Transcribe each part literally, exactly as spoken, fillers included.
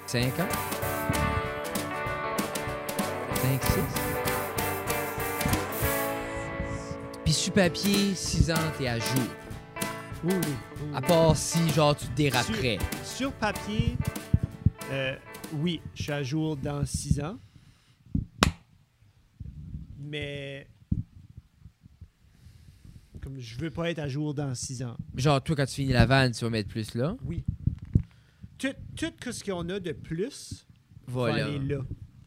cinq ans? cinq, six? Puis sur papier, six ans, t'es à jour. Oui, oui, oui. À part si, genre, tu déraperais. Sur, sur papier, euh, oui, je suis à jour dans six ans. Mais comme je veux pas être à jour dans six ans. Genre, toi, quand tu finis la vanne, tu vas mettre plus là. Oui. Tout, tout ce qu'on a de plus, Voilà. va aller là.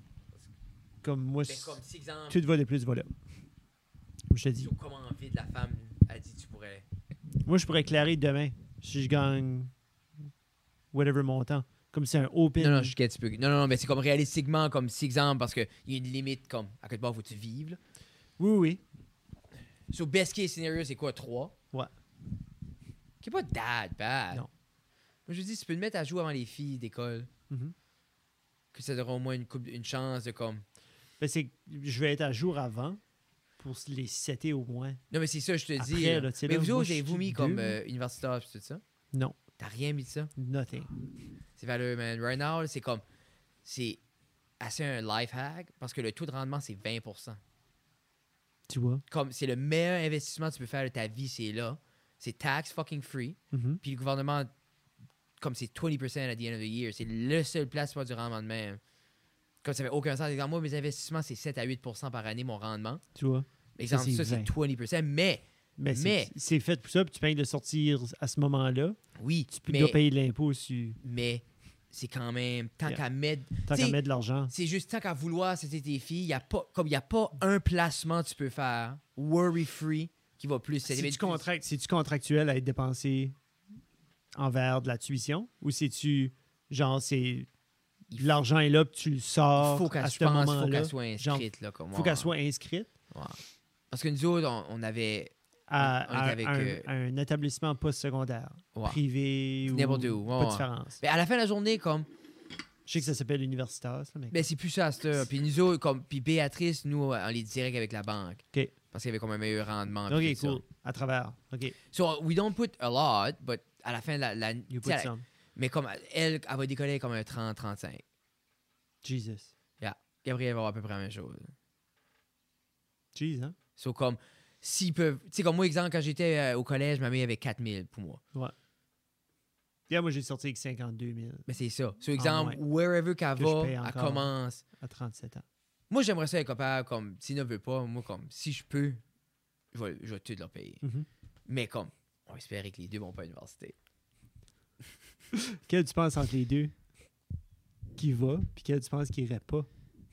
Comme moi, Mais comme, si exemple, tout va de plus, va là. Comme je te dis. sur comment vite la femme a dit tu pourrais... Moi, je pourrais éclairer demain si je gagne whatever montant. Comme c'est un open. Non, non, je get peu. Non, non, non, mais c'est comme réalistiquement, comme si exemple, parce qu'il y a une limite, comme, à quelque part, faut que tu vives, là. Oui, oui. So, best case scenario, c'est quoi, trois? Ouais. Qui est pas that bad. Non. Moi, je dis, tu peux te mettre à jouer avant les filles d'école. Mm-hmm. Que ça aura au moins une, coupe, une chance de comme... Ben, c'est que je vais être à jour avant pour les setter au moins. Non, mais c'est ça, je te Après, dis. là, Là. tu sais, Mais là, vous moi, autres, je avez-vous suis mis deux, comme là. euh, universitaire et tout ça? Non. T'as rien mis de ça? Nothing. C'est valeureux, man. Right now, là, c'est comme... C'est assez un life hack parce que le taux de rendement, c'est vingt pour cent. Tu vois? Comme, c'est le meilleur investissement que tu peux faire de ta vie, c'est là. C'est tax fucking free. Mm-hmm. Puis le gouvernement, comme c'est vingt pour cent at the end of the year, c'est le seul place pour du rendement de même. Comme ça fait aucun sens. Exemple, moi, mes investissements, c'est sept à huit pour cent par année, mon rendement. Tu vois? Exemple, ça, c'est c'est vingt pour cent. Mais, Mais, mais c'est, c'est fait pour ça, puis tu payes de sortir à ce moment-là. oui, Tu peux- mais, dois payer de l'impôt sur. mais c'est quand même, tant Yeah. qu'à mettre... Tant T'sais, qu'à mettre de l'argent. c'est juste tant qu'à vouloir, c'était tes filles, il n'y a, pas- comme y a pas un placement que tu peux faire, worry-free, qui va plus... C'est-tu, contract, c'est-tu contractuel à être dépensé envers de la tuition? Ou c'est-tu, genre, c'est... Il L'argent est là, puis tu le sors Il faut qu'elle, à je ce pense, faut moment-là. qu'elle soit Genre, inscrite. Là, comme, faut ouais. qu'elle soit inscrite Ouais. Parce que nous autres, on, on avait... à, On- on était à- avec, à un, euh, à un établissement postsecondaire, Ouais. privé ou N'importe où, ouais, pas ouais. de différence. Mais à la fin de la journée, comme... Je sais que ça s'appelle universitaire, ça, mais... Ben, c'est plus ça, c'est Puis nous autres, comme... Puis Béatrice, nous, on est direct avec la banque. OK. Parce qu'il y avait comme un meilleur rendement. OK, puis tout cool. À travers. OK. ça. So, we don't put a lot, but à la fin de la... la You t'sais, put some. mais comme elle, elle va décoller comme un trente trente-cinq. Jesus. Yeah. Gabriel va avoir à peu près la même chose. Jeez, hein? So, comme... S'ils peuvent... Tu sais, comme moi, exemple, quand j'étais euh, au collège, ma mère avait quatre mille pour moi. Ouais. Yeah, moi, j'ai sorti avec cinquante-deux mille Mais c'est ça. So, exemple, ouais. wherever qu'elle Que je va, paye elle encore. commence... à trente-sept ans. Moi, j'aimerais ça être capable, comme, s'ils ne veulent pas, moi, comme, si je peux, je vais, je vais tout leur payer. Mm-hmm. Mais comme, on va espérer que les deux vont pas à l'université. Quel tu penses entre les deux qui va, puis quel tu penses qui irait pas?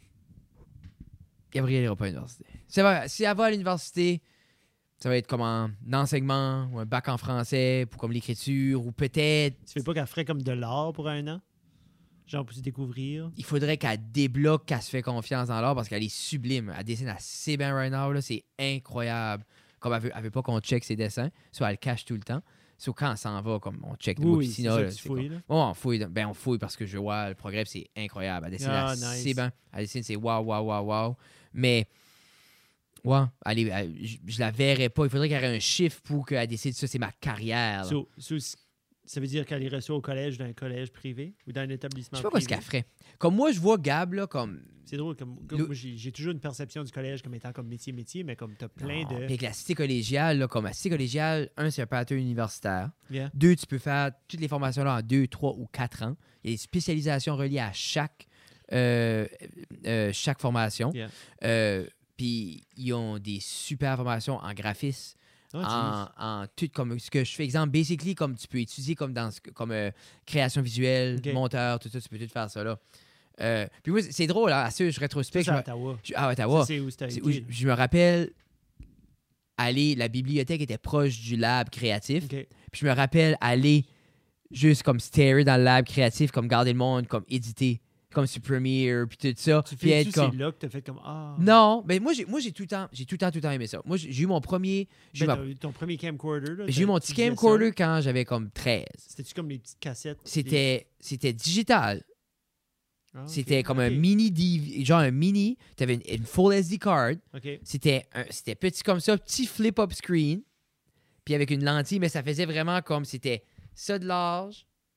Gabriel ira pas à l'université. Si elle va, si elle va à l'université, ça va être comme un enseignement ou un bac en français pour comme l'écriture ou peut-être, Tu fais pas qu'elle ferait comme de l'art pour un an? Genre pour se découvrir? il faudrait qu'elle débloque, qu'elle se fait confiance dans l'art parce qu'elle est sublime. Elle dessine assez bien right now, là, c'est incroyable. Comme elle veut, elle veut pas qu'on check ses dessins, soit elle le cache tout le temps. Soit quand elle s'en va, comme on check Oui, le oui, petit c'est Sina, ça là, que tu c'est fouilles, comme- là. Oh, on fouille. Ben, on fouille parce que je vois le progrès, puis c'est incroyable. Elle dessine Ah, assez nice. bien. Elle dessine, c'est wow, wow, wow, wow. Mais, ouais, elle est- elle- je, je la verrais pas. Il faudrait qu'elle ait un chiffre pour qu'elle décide ça, c'est ma carrière. là. So- so, ça veut dire qu'elle irait ça au collège, dans un collège privé ou dans un établissement je sais pas quoi ce privé? qu'elle ferait. Comme moi, je vois Gab, là, comme. C'est drôle, comme, comme Le- moi, j'ai, j'ai toujours une perception du collège comme étant comme métier-métier, mais comme t'as plein Non, de... Puis avec la cité collégiale, là, comme la cité collégiale, un, c'est un pattern universitaire. Yeah. Deux, tu peux faire toutes les formations-là en deux, trois ou quatre ans. Il y a des spécialisations reliées à chaque, euh, euh, chaque formation. Yeah. Euh, Puis ils ont des super formations en graphisme, Oh, en, en tout comme ce que je fais. Exemple, basically, comme tu peux étudier comme dans ce- comme euh, création visuelle, Ok. monteur, tout ça, tu peux tout faire ça là. Euh, puis moi, c'est drôle, hein, à ce je ça, rétrospecte. c'est je à me- Ottawa. je- ah, Ça, Ottawa. c'est où c'était C'est où je, je me rappelle aller, la bibliothèque était proche du lab créatif. OK. Puis je me rappelle aller juste comme starer dans le lab créatif, comme garder le monde, comme éditer, comme sur Premiere, puis tout ça. Tu Puis fais être tu comme... c'est là que t'as fait comme ah. Non, mais moi j'ai moi j'ai tout le temps, j'ai tout le temps tout le temps aimé ça. Moi j'ai j'ai eu mon premier, j'ai eu, Ben, ma- t'as eu ton premier camcorder là. j'ai eu t'as- mon tu petit faisais ça. camcorder quand j'avais comme treize. C'était-tu comme les petites cassettes? les- C'était c'était digital. Ah, ok, C'était comme un ok, mini D V, genre un mini, tu avais une, une full S D card. OK. C'était un- c'était petit comme ça, petit flip-up screen, puis avec une lentille, mais ça faisait vraiment comme c'était ça de large,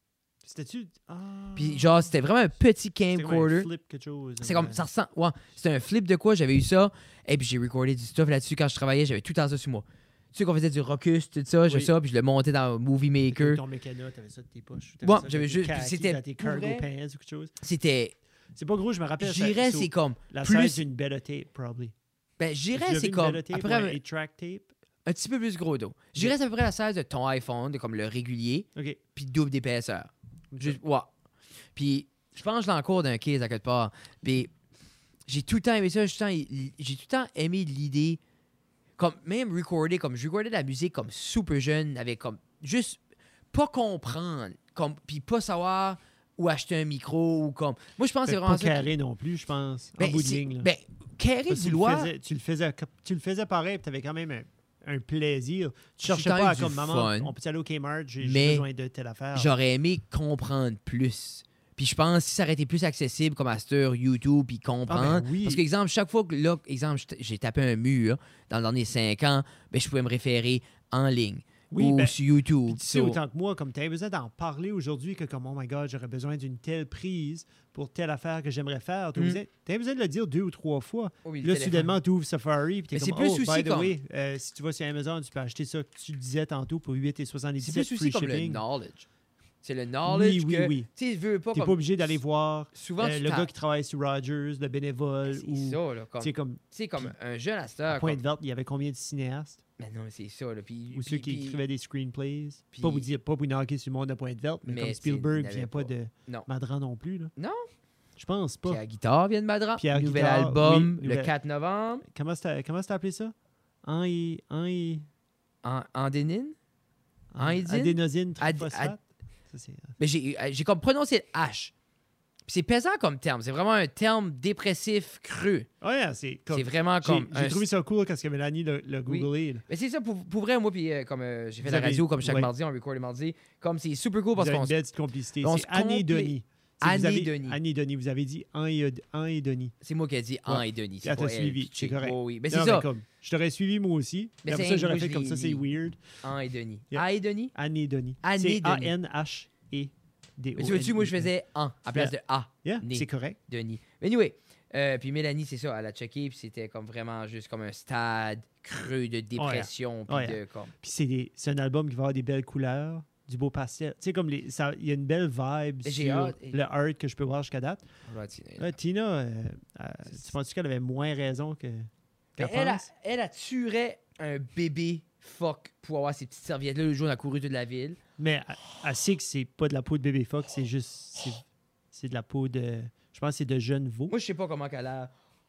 C'était-tu... Ah... Puis genre, c'était vraiment un petit C'était comme un camcorder. flip quelque chose. C'est comme, euh, ça ressemble, ouais, c'était un flip de quoi, j'avais eu ça, et puis j'ai recordé du stuff là-dessus quand je travaillais, j'avais tout le temps ça sur moi. Tu sais qu'on faisait du Rocus, tout ça, j'ai Oui. ça, puis je le montais dans Movie Maker. Ton mécano, t'avais ça de tes poches. Ouais, T'avais ça j'avais dans tes juste- khakis, c'était dans tes pour cargo vrai. pants ou quelque chose. C'était, C'est pas gros, je me rappelle. ça- j'irais, so, c'est comme, La plus- size d'une beta tape, probably. ben j'irais, Tu as c'est vu une comme, beta tape après, ou un eight track tape? un petit peu plus gros dos. J'irais, c'est à peu près la size de ton iPhone, de comme le régulier, OK. puis double d'épaisseur. Ok. Juste, ouais. Puis, je pense que je l'ai encore d'un case à quelque part. Puis, j'ai tout le temps aimé ça. J'ai tout le temps, j'ai tout le temps aimé l'idée, comme même recorder, comme je recordais de la musique comme super jeune, avec comme juste pas comprendre, comme puis pas savoir où acheter un micro ou comme. Moi, je pense que c'est Fait vraiment pas ça. qui- carré non plus, je pense. En Ben, bout de c'est- ligne. là. ben, carré Parce que tu le vouloir. faisais- tu le faisais, tu le faisais pareil, puis t'avais quand même un, un plaisir. Tu J'ai cherchais tout le temps pas à eu comme du maman, fun. on peut aller au Kmart, j'ai j'ai Mais besoin de telle affaire. J'aurais aimé comprendre plus. Puis je pense que si ça aurait été plus accessible comme à sur YouTube, puis comprendre. Ah ben oui. Parce que, exemple, chaque fois que là, exemple, j'ai- j'ai tapé un mur dans les derniers cinq ans, ben, je pouvais me référer en ligne Oui, ou ben, sur YouTube. Puis tu sais So, autant que moi, comme tu avais besoin d'en parler aujourd'hui, que comme, oh my God, j'aurais besoin d'une telle prise pour telle affaire que j'aimerais faire. Tu Mm. avais besoin de le dire deux ou trois fois. oh oui, le Là, téléphone. soudainement, tu ouvres Safari, puis tu es Mais c'est comme, plus oh, aussi by the comme- way, euh, si tu vas sur Amazon, tu peux acheter ça que tu disais tantôt pour huit et C'est soixante-dix-sept plus aussi free comme le shipping. knowledge. C'est le knowledge Oui, oui, que, oui. tu sais, veux pas Tu n'es comme... pas obligé d'aller voir Souvent, euh, tu le tapes. gars qui travaille sur Rogers, le bénévole, C'est ou ça, là. Comme, tu sais, comme tu sais, comme puis- un jeune à cette à heure. Pointe comme- Verte, il y avait combien de cinéastes Mais non, mais c'est ça, là. Puis, ou puis- ceux qui puis- écrivaient des screenplays. puis- Pas vous dire, pas vous knocker sur le monde de Pointe Verte, mais, Mais comme tu sais, Spielberg il n'avait vient pas pas. de Non. Madran non plus. Là. Non. Je pense pas. Pierre Guitare vient de Madran. Pierre Nouvel Guitare, album, oui, le nouvel- quatre novembre. Comment c'est comment c'est appelé ça? En et... En et... En, Andénine? Andénine? Adénosine Ad- triphosphate. ad- Ça, c'est... Mais j'ai euh, j'ai comme prononcé le H. Puis c'est pesant comme terme. C'est vraiment un terme dépressif creux. Ouais, c'est comme... C'est vraiment J'ai comme. j'ai un- trouvé ça cool quand que Mélanie l'a l'a Oui. googlé. là. Mais c'est ça, pour, pour vrai, moi, puis euh, comme euh, j'ai fait Vous la avez- radio comme chaque ouais. mardi, on record les mardis. Comme c'est super cool Vous parce avez qu'on une se- belle petite complicité. on C'est se Annie et complé- Denis. Tu sais, vous Annie avez- Denis. Annie et Denis. Vous avez dit un et, un et Denis. C'est moi qui ai dit Ouais. An et Denis. Puis C'est elle pas t'a elle, suivi, pitché. c'est correct. Oh, oui. Mais Non, c'est ça. comme, je t'aurais suivi moi aussi. Mais Après c'est- ça, j'aurais moi, fait je comme l'ai ça, c'est mis. weird. An et Denis. Yeah. An et Denis? Annie et Denis. Annie C'est et Denis. A N H E D O. Mais tu vois-tu, moi, je faisais An à place de A. Yeah, Né. c'est correct. Denis. Mais anyway, euh, puis Mélanie, c'est ça, elle a checké, puis c'était comme vraiment juste comme un stade creux de dépression, puis Ouais. de comme... Puis c'est des- c'est un album qui va avoir des belles couleurs, du beau pastel. Tu sais, comme les, ça, il y a une belle vibe Mais j'ai sur hâte. le art que je peux voir jusqu'à date. On va tirer. Là, Tina, euh, euh, tu penses qu'elle avait moins raison que Mais qu'elle elle, a, pense? elle a tuerait un bébé fuck pour avoir ces petites serviettes-là le jour où on a couru toute la ville. Mais elle, elle sait que c'est pas de la peau de bébé phoque, c'est juste... c'est- C'est de la peau de... Je pense que c'est de jeune veau. Moi, je sais pas comment qu'elle a...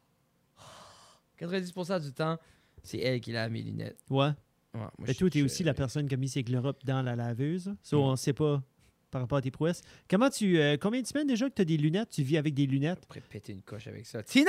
quatre-vingt-dix pour cent du temps, c'est elle qui lave mes lunettes. Ouais. Ouais, moi, Mais je- toi, t'es je- aussi la personne qui a mis ses glorops dans la laveuse. Ça, Mm. on sait pas par rapport à tes prouesses. Comment tu... euh, combien de semaines déjà que tu as des lunettes? Tu vis avec des lunettes? Après péter une coche avec ça. Tina!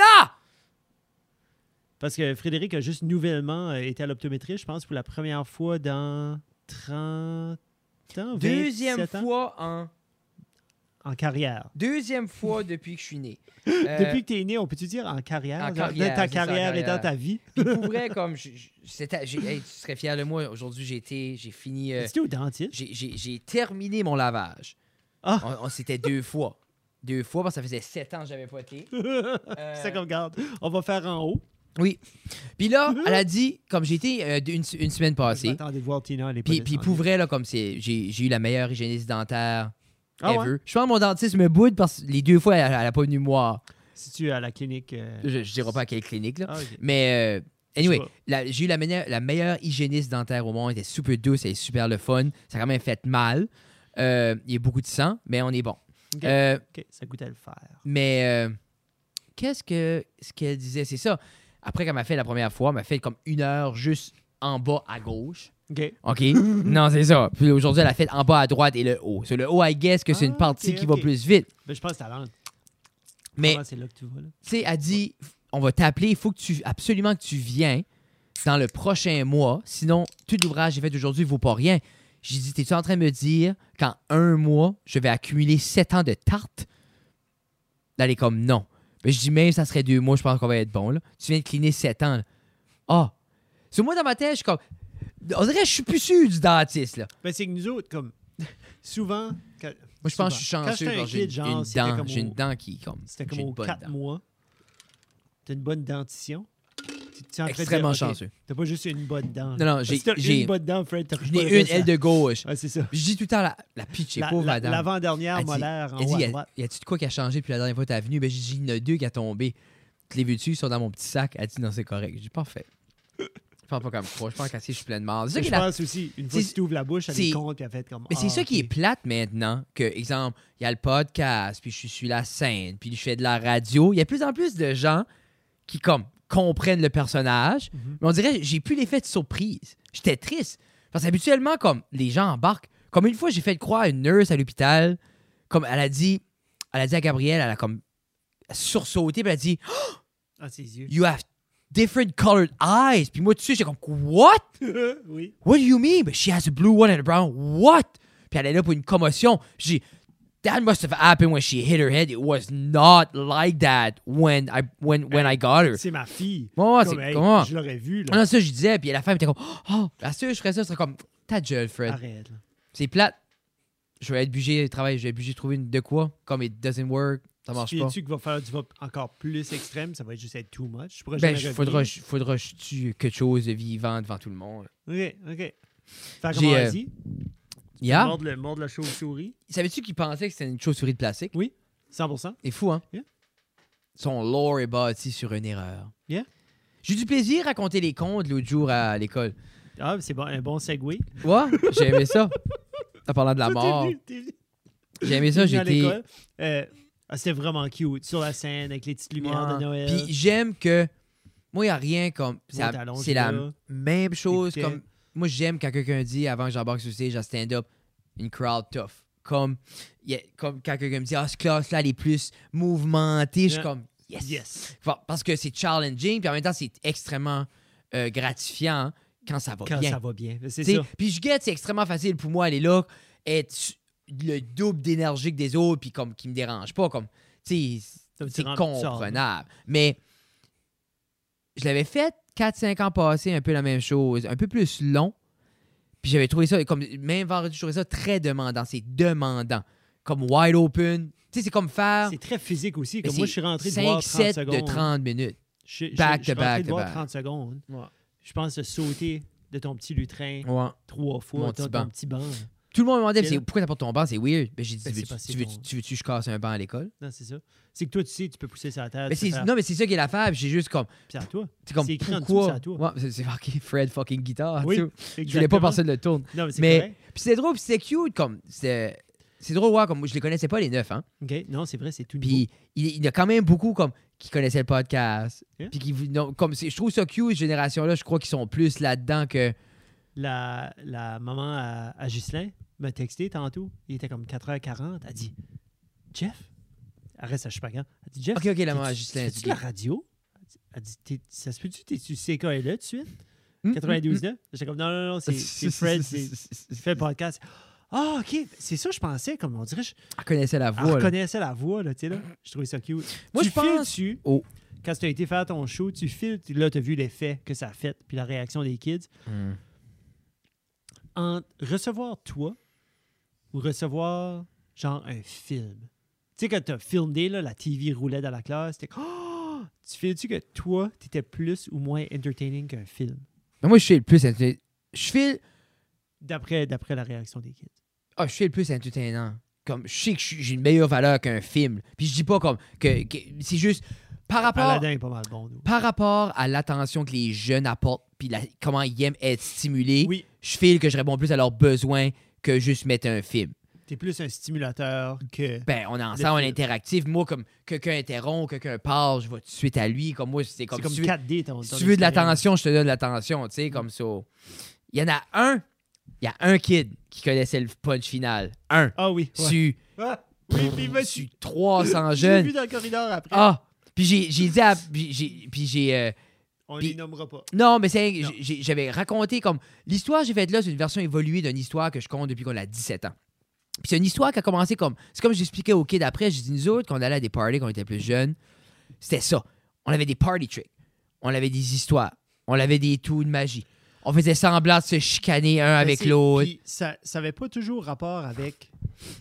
Parce que Frédéric a juste nouvellement euh, été à l'optométriste, je pense, pour la première fois dans trente ans, Deuxième vingt-sept ans, fois en... en carrière. Deuxième fois depuis que je suis né. Euh, Depuis que tu es né, on peut-tu dire en carrière? en Dans- carrière, dans ta c'est ça, en carrière et dans carrière. ta vie? Puis pour vrai, comme... je- je- c'était- j'ai- hey, tu serais fier de moi. Aujourd'hui, j'ai été... J'ai fini... euh, Est-ce au dentiste? j'ai- j'ai j'ai terminé mon lavage. Ah! On, on- C'était deux fois. Deux fois, parce que ça faisait sept ans que j'avais pas été. Euh, C'est comme, regarde, on va faire en haut. Oui. Puis là, elle a dit, comme j'ai été euh, une, une semaine Je passée, m'attendais de voir Tina, elle est pas puis, puis descendue. pour vrai, là, comme c'est, j'ai, j'ai eu la meilleure hygiéniste dentaire Ah ever. ouais? Je pense que mon dentiste me boude parce que les deux fois, elle, elle a pas venu me voir. Si tu es à la clinique... euh, Je, je dirai pas à quelle clinique, là. Ah, ok. Mais, euh, anyway, Je sais la- j'ai eu la meilleure, la meilleure hygiéniste dentaire au monde. Elle était super douce, elle est super le fun. Ça a quand même fait mal. Euh, il y a beaucoup de sang, mais on est bon. Ok. Euh, OK, ça goûte à le faire. mais, euh, qu'est-ce que ce qu'elle disait? C'est ça. Après qu'elle m'a fait la première fois, elle m'a fait comme une heure juste en bas à gauche. OK. OK? Non, c'est ça. Puis aujourd'hui, elle a fait en bas à droite et le haut. Sur le haut, I guess que c'est Ah, une partie ok, qui ok. va plus vite. Ben, je pense que c'est ta langue. Mais, Comment c'est là que tu vas, là? tu sais, elle dit, on va t'appeler, il faut que tu, absolument que tu viennes dans le prochain mois. Sinon, tout l'ouvrage que j'ai fait aujourd'hui ne vaut pas rien. J'ai dit, t'es-tu en train de me dire qu'en un mois, je vais accumuler sept ans de tarte? Là, elle est comme, non. Mais je dis, même ça serait deux mois, je pense qu'on va être bon. Là. Tu viens de cleaner sept ans. là. Ah! Sur moi, dans ma tête, je suis comme... On dirait que je suis plus sûr du dentiste, là. Ben, c'est que nous autres, comme... Souvent, quand- Moi, je pense que je suis Souvent. Quand chanceux j'étais un parce que j'ai kid, une, genre, une c'était dent. comme J'ai au- une dent qui comme. C'était comme j'ai une aux bonne quatre dent. mois. T'as une bonne dentition. Tu- tu es en train de dire, Extrêmement OK, chanceux. T'as pas juste une bonne dent. Non, non, Parce j'ai- que t'as j'ai- une bonne dent, Fred. T'as Je pas n'ai le une reste, aile de gauche. Ouais, c'est ça. Je dis tout le temps la, la pitch est La- pauvre, la- madame. L'avant-dernière Elle dit- molaire en Elle dit, haut y à a- droite. y a-tu de quoi qui a changé depuis la dernière fois que t'es venu? Ben, j'ai dit, il y en a deux qui a tombé. Tu les veux-tu? Ils sont dans mon petit sac. Elle dit, non, c'est correct. J'ai dit, parfait. Je pense pas comme toi. Je pense qu'assez, je suis plein de marde. C'est ça Je qui est la- pense aussi, une fois c'est- que tu ouvres la bouche, elle c'est- est compte puis elle fait comme. Mais c'est ah, ça qui est ok. plate maintenant. Que, exemple, il y a le podcast, puis je suis sur la scène, puis je fais de la radio. Il y a de plus en plus de gens qui, comme, comprennent le personnage. Mhm. Mais on dirait, j'ai plus l'effet de surprise. J'étais triste. Parce qu'habituellement, comme, les gens embarquent. Comme une fois, j'ai fait croire à une nurse à l'hôpital. Comme, elle a dit, elle a dit à Gabrielle, elle a comme sursauté, puis elle a dit, Ah, ses yeux. You have different colored eyes. Puis moi, tu sais, j'étais comme, what? Oui. What do you mean? But she has a blue one and a brown. What? Puis elle est là pour une commotion. J'ai that must have happened when she hit her head. It was not like that when I when when I got her. C'est ma fille. Moi, c'est Comme, hey, comment? Je l'aurais vu, Ah là. non, ça, je disais. Puis la femme était comme, oh, la seule, je ferais ça, ce serait comme, ta gueule, Fred. Arrête, là. C'est plate. Je vais être obligé de travailler. Je vais être obligé de trouver une de quoi. Comme it doesn't work. Ça marche pas. Tu qu'il va falloir du va encore plus extrême, ça va juste être too much. Je pourrais Ben, jamais il faudra, revenir. faudra que je tue quelque chose de vivant devant tout le monde. OK, OK. Fait J'ai, comment euh, vas-y? Yeah. Mordre le, mordre la chauve-souris. Savais-tu qu'il pensait que c'était une chauve-souris de plastique? Oui, cent pour cent. C'est fou, hein? Yeah. Son lore est bâti sur une erreur. Yeah. J'ai eu du plaisir à raconter les contes l'autre jour à l'école. Ah, c'est bon, un bon segue. Ouais, j'ai aimé ça. En parlant de la mort. J'ai aimé ça, T'es venu à j'étais... l'école. Euh, ah, c'était vraiment cute. Sur la scène, avec les petites lumières Ouais. de Noël. Puis j'aime que... Moi, il n'y a rien comme... C'est, Ouais, la, t'allonges c'est la là. même chose Écoutez. comme... Moi, j'aime quand quelqu'un dit, avant que j'embarque sur stage à stand-up, une crowd tough. Comme, y a- comme quand quelqu'un me dit, ah, ce classe-là, elle est plus mouvementée. Je suis Yeah. comme, yes. Yes. Fa- Parce que c'est challenging, puis en même temps, c'est extrêmement euh, gratifiant quand ça va Quand bien. ça va bien. C'est T'sais, ça. Puis je guette, c'est extrêmement facile pour moi aller là, être su- le double d'énergie que des autres, puis comme qui me dérange pas, comme, tu sais, Comme tu c'est rentres ça, comprenable. Mais je l'avais fait quatre cinq ans passés, un peu la même chose, un peu plus long. Puis j'avais trouvé ça, comme même vendredi, je trouvais ça très demandant. C'est demandant. Comme wide open. Tu sais, c'est comme faire C'est très physique aussi. Comme moi, je suis rentré de voir cinq trente sets secondes. de trente minutes. Je, je- back je suis to rentré back de to voir back. trente secondes. Je pense de sauter de ton petit lutrin Ouais. trois fois, Mon ton, petit ton banc. petit banc. Tout le monde me demandait C'est c'est, là. pourquoi t'as pas ton banc, c'est weird. Ben, j'ai dit, Ben, c'est veux-tu, parce que tu veux, ton- tu veux-tu que je casse un banc à l'école? Non, c'est ça. C'est que toi, tu sais, tu peux pousser sur la table. Mais tu peux c'est, faire- non, mais c'est ça qui est l'affaire. Puis j'ai juste comme, Puis c'est à toi. c'est comme C'est écrit en dessous, pourquoi? c'est à toi. Ouais, c'est, c'est marqué Fred fucking guitar. Oui, tu sais. Je voulais pas exactement. personne le tourne. Non, mais c'est Mais, correct. puis c'était drôle, puis c'était cute. Comme, c'était, c'est drôle, ouais, comme je les connaissais pas les neuf, hein. OK. Non, c'est vrai, c'est tout nouveau. Puis il, il y a quand même beaucoup comme qui connaissaient le podcast. Yeah. Puis qui non, comme c'est, je trouve ça cute, cette génération-là, je crois qu'ils sont plus là-dedans que. La, la maman à, à Ghislain m'a texté tantôt. Il était comme quatre heures quarante. Elle dit Jeff, arrête, ça, je suis pas grand. Elle dit Jeff, Ok, ok, la maman à t'es-tu- Ghislain, fais-tu c'est la bien. radio Elle dit T'es- Ça se peut-tu, t'es-tu C K L E tout de suite Hum, quatre-vingt-douze hum, neuf J'étais comme Non, non, non, c'est hum. c'est Fred, c'est il fait le podcast. Ah, OK, c'est ça, je pensais. Comme on dirait, je, Elle connaissait la elle voix. là. reconnaissait la voix, là, tu sais, là. Je trouvais ça cute. Moi, tu je pense- dessus. Oh. Quand tu as été faire ton show, tu files, tu- là, tu as vu l'effet que ça a fait, puis la réaction des kids. Hmm. En recevoir toi ou recevoir genre un film. Tu sais, quand tu as filmé, là, la T V roulait dans la classe, t'es oh! Tu files-tu que toi, tu étais plus ou moins entertaining qu'un film? Mais moi, je suis le plus. entertain- Je fais. D'après, d'après la réaction des kids. Ah, je suis le plus entertainant. Comme, je sais que je suis- j'ai une meilleure valeur qu'un film. Puis je dis pas comme. que, que- c'est juste. Par rapport. Aladdin est pas mal bon, nous. Par rapport à l'attention que les jeunes apportent, puis la- comment ils aiment être stimulés, Oui, je file que je réponds plus à leurs besoins que juste mettre un film. t'es plus un stimulateur que... Ben, on est ensemble, on est film. interactif. Moi, comme quelqu'un interrompt, quelqu'un parle, je vais tout de suite à lui. Comme moi, c'est comme, c'est comme si tu veux- quatre D, ton, si ton tu veux de expérience. l'attention, je te donne de l'attention, tu sais, comme ça. Il y en a un, il y a un kid qui connaissait le punch final. Un. Ah oui. ouais. Sur, Ah, oui, puis va- sur trois cents J'ai jeunes. vu dans le corridor après. Ah! Puis j'ai, j'ai dit à. Puis j'ai. Puis j'ai euh, On puis- les nommera pas. non, mais c'est, Non. j'ai- j'avais raconté comme. L'histoire que j'ai faite là, c'est une version évoluée d'une histoire que je compte depuis qu'on a dix-sept ans. Puis c'est une histoire qui a commencé comme. C'est comme j'expliquais aux kids après. J'ai dit, nous autres, quand on allait à des parties, quand on était plus jeunes, c'était ça. On avait des party tricks. On avait des histoires. On avait des tours de magie. On faisait semblant de se chicaner un Mais avec c'est- l'autre. puis ça n'avait pas toujours rapport avec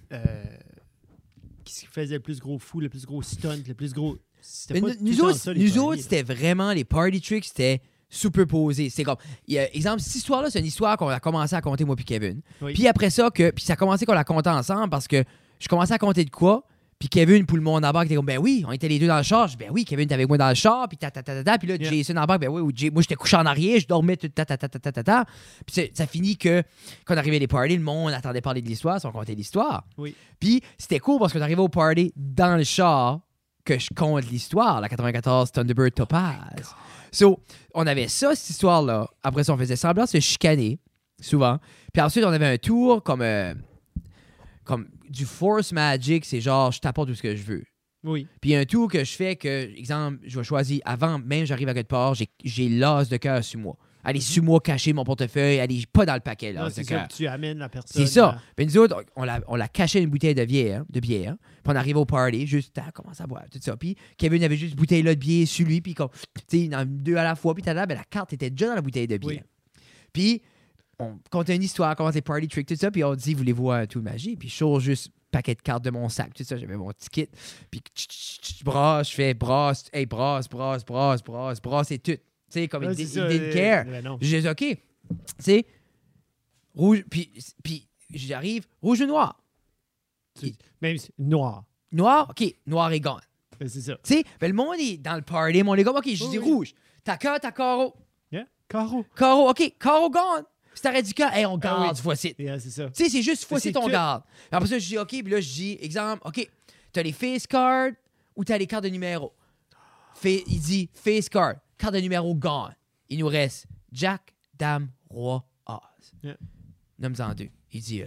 euh, qui faisait le plus gros fou, le plus gros stunt, le plus gros... Mais Pas nous, tout nous le temps autres, ça, les nous parties, autres là. c'était vraiment les party tricks, c'était superposé. C'est comme, il y a, exemple, cette histoire-là, c'est une histoire qu'on a commencé à compter, moi puis Kevin. Oui. Puis après ça, que, puis ça a commencé qu'on la comptait ensemble parce que je commençais à compter de quoi, puis Kevin, pour le monde en bas, qui était comme, ben oui, on était les deux dans le char. Je dis, ben oui, Kevin était avec moi dans le char, puis ta ta ta ta ta. Puis là, Yeah. Jason en bas, ben oui, ou Jay- moi j'étais couché en arrière, je dormais tout ta ta ta ta ta ta ta. Puis c'est- ça finit que, quand on arrivait à des parties, le monde attendait parler de l'histoire, si on comptait l'histoire. Oui. Puis c'était cool parce qu'on arrivait au party dans le char que je compte l'histoire, la quatre-vingt-quatorze Thunderbird Topaz. So, on avait ça, cette histoire-là. Après ça, on faisait semblant de se chicaner, souvent. Puis ensuite, on avait un tour comme, euh, comme du Force Magic, c'est genre, je t'apporte tout ce que je veux. Oui. Puis il y a un tour que je fais que, exemple, je vais choisir, avant même j'arrive à quelque part, j'ai, j'ai l'as de cœur sur moi. Allez, sur moi, cacher mon portefeuille, allez, pas dans le paquet, Non, l'as c'est de ça, cœur. puis tu amènes la personne. C'est ça. à- Puis nous autres, on la, on la cachait une bouteille de bière, de bière. Puis on arrive au party, juste, à commencer à boire, tout ça. Puis Kevin avait juste une bouteille là de bière sur lui, puis comme, tu sais, dans deux à la fois. Puis t'as là, ben, la carte était déjà dans la bouteille de bière. Puis on comptait une histoire, commence les party tricks, tout ça. Puis on dit, voulez-vous voir un tour de magie? Puis je sors juste paquet de cartes de mon sac, tout ça. J'avais mon ticket. Puis tch, tch, tch, brasse, je fais brasse, hey, brasse, brasse, brasse, brasse, brasse et tout. Tu sais, comme Ouais, il, c'est il ça, didn't euh, care. ben non. Je dis, OK, tu sais, rouge, puis, puis j'arrive, rouge ou noir? Tu- Même si- noir. Noir, OK, noir et gone. Ben, c'est ça. Tu sais, ben le monde est dans le party, mon les gars, OK, je Oui, dis oui. rouge. T'as cœur, t'as carreau. Yeah. Carreau. Carreau, OK, carreau gone. Si t'aurais dit cœur, hey, on garde, Ah oui. fois-ci. Yeah, c'est ça. Tu sais, c'est juste fois-ci c'est ton tout. garde. Puis après ça, je dis, OK, puis là, je dis, exemple, OK, t'as les face cards ou t'as les cartes de numéro. Fa- il dit face card, carte de numéro gone. Il nous reste Jack, Dame, Roi, As. Yeah. Nomme-en deux. Il dit euh,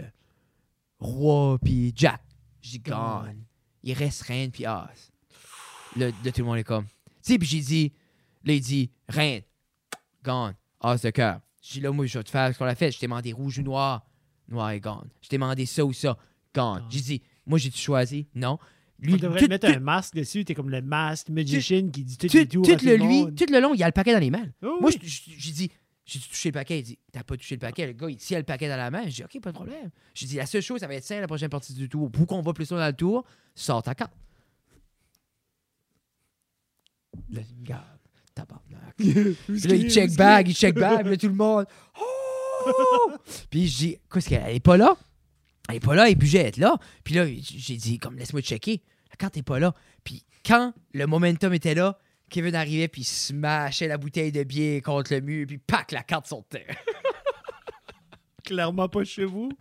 Roi puis Jack. Je dis gone. Gone. Il reste Reine puis As. Là, là, tout le monde est comme. Tu sais, puis j'ai dit, là, il dit Reine, gone, As de cœur. Je dis là, moi, je vais te faire ce qu'on a fait. Je t'ai demandé rouge ou noir. Noir et gone. Je t'ai demandé ça ou ça. Gone. Gone. J'ai dit, moi, j'ai-tu choisi? Non. Lui, On devrait tout, mettre tout- un masque dessus. T'es comme le masque magician qui dit tout, tout- les tours tout à tout le le lui, monde. tout le long, il a le paquet dans les mains. Oh, Moi, oui. je- je- j'ai dit, j'ai touché le paquet. Il dit, t'as pas touché le paquet. Le gars, il tient le paquet dans la main. J'ai dit, OK, pas de problème. J'ai dit, la seule chose, ça va être ça, la prochaine partie du tour. Pour qu'on va plus loin dans le tour, sors ta carte. Là, il me regarde. Tabarnak. Puis là, il check back, il check back. Puis là, tout le monde. Oh! Puis je dis, qu'est-ce qu'elle elle est pas là? Elle est pas là, et puis j'ai être là. Puis là, j'ai dit, comme, laisse-moi checker. La carte est pas là. Puis quand le momentum était là, Kevin arrivait, puis il smashait la bouteille de bière contre le mur, puis pac, la carte sur terre. Clairement pas chez vous.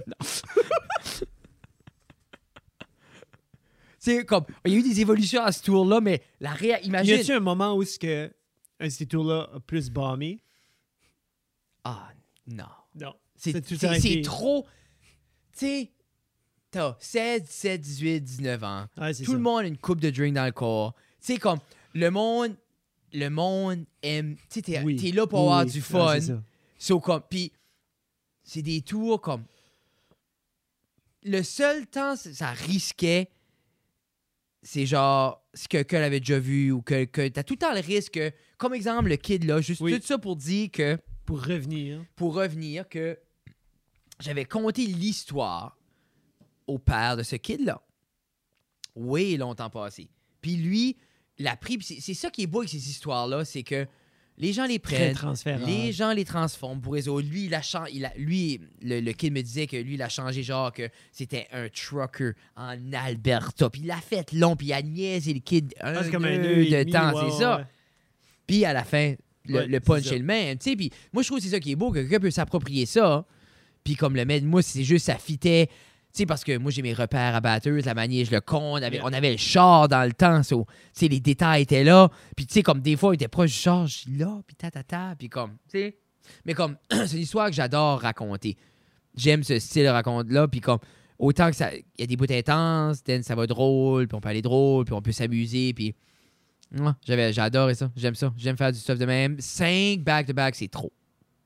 C'est comme, il y a eu des évolutions à ce tour-là, mais la réa... Y Imagine. a-tu un moment où est-ce que un de ces tours-là a plus bombé? Ah, non. Non. C'est C'est tout c'est- arrêté. c'est trop. Tu sais, t'as seize, dix-sept, dix-huit, dix-neuf ans. Ouais, c'est Tout ça. le monde a une coupe de drink dans le corps. Tu sais, comme, le monde, le monde aime. Tu sais, t'es Oui. t'es là pour Oui, avoir oui. du Ouais, fun. c'est ça. So, comme, puis c'est des tours comme. Le seul temps, c- ça risquait, c'est genre ce que quelqu'un avait déjà vu ou que, que t'as tout le temps le risque que, comme exemple, le kid là, juste Oui. tout ça pour dire que, Pour revenir. pour revenir, que j'avais conté l'histoire au père de ce kid-là. Oui, longtemps passé. Puis lui, l'a pris. Puis c'est c'est ça qui est beau avec ces histoires-là, c'est que les gens les Très prennent, transférable. les gens les transforment pour résoudre. Lui, il a changé. Il a, lui, le, le kid me disait que lui, il a changé, genre que c'était un trucker en Alberta. Puis il l'a fait long, puis il a niaisé le kid un, Ah, c'est comme un deux nœud et de demi, temps, ouais, c'est ça. ouais. Puis à la fin, le, Ouais, le c'est punch ça. est le même. Tu sais, puis moi, je trouve que c'est ça qui est beau, que quelqu'un peut s'approprier ça. Puis comme le mettre, moi, c'est juste, ça fitait. Tu sais, parce que moi, j'ai mes repères à batteuse, la manière, je le compte. On avait, Yeah. on avait le char dans le temps. So, tu sais, les détails étaient là. Puis, tu sais, comme des fois, il était proche du char, je suis là, puis ta, ta, ta. Puis comme, tu sais. Mais comme, c'est une histoire que j'adore raconter. J'aime ce style de raconte-là. Puis comme, autant que ça. Il y a des bouts intenses, then ça va drôle, puis on peut aller drôle, puis on peut s'amuser. Puis. Ouais, j'avais, j'ai adoré ça. J'aime ça. J'aime faire du stuff de même. Cinq back-to-back, c'est trop.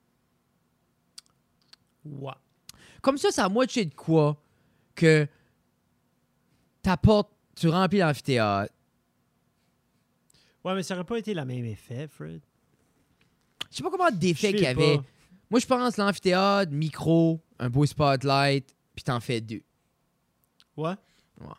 Ouais. Comme ça, c'est à moitié de quoi que t'apportes, tu remplis l'amphithéâtre. Ouais, mais ça aurait pas été le même effet, Fred. Je sais pas comment d'effets Je qu'il y sais avait. pas. Moi, je pense l'amphithéâtre, micro, un beau spotlight, puis t'en fais deux. Ouais? Ouais.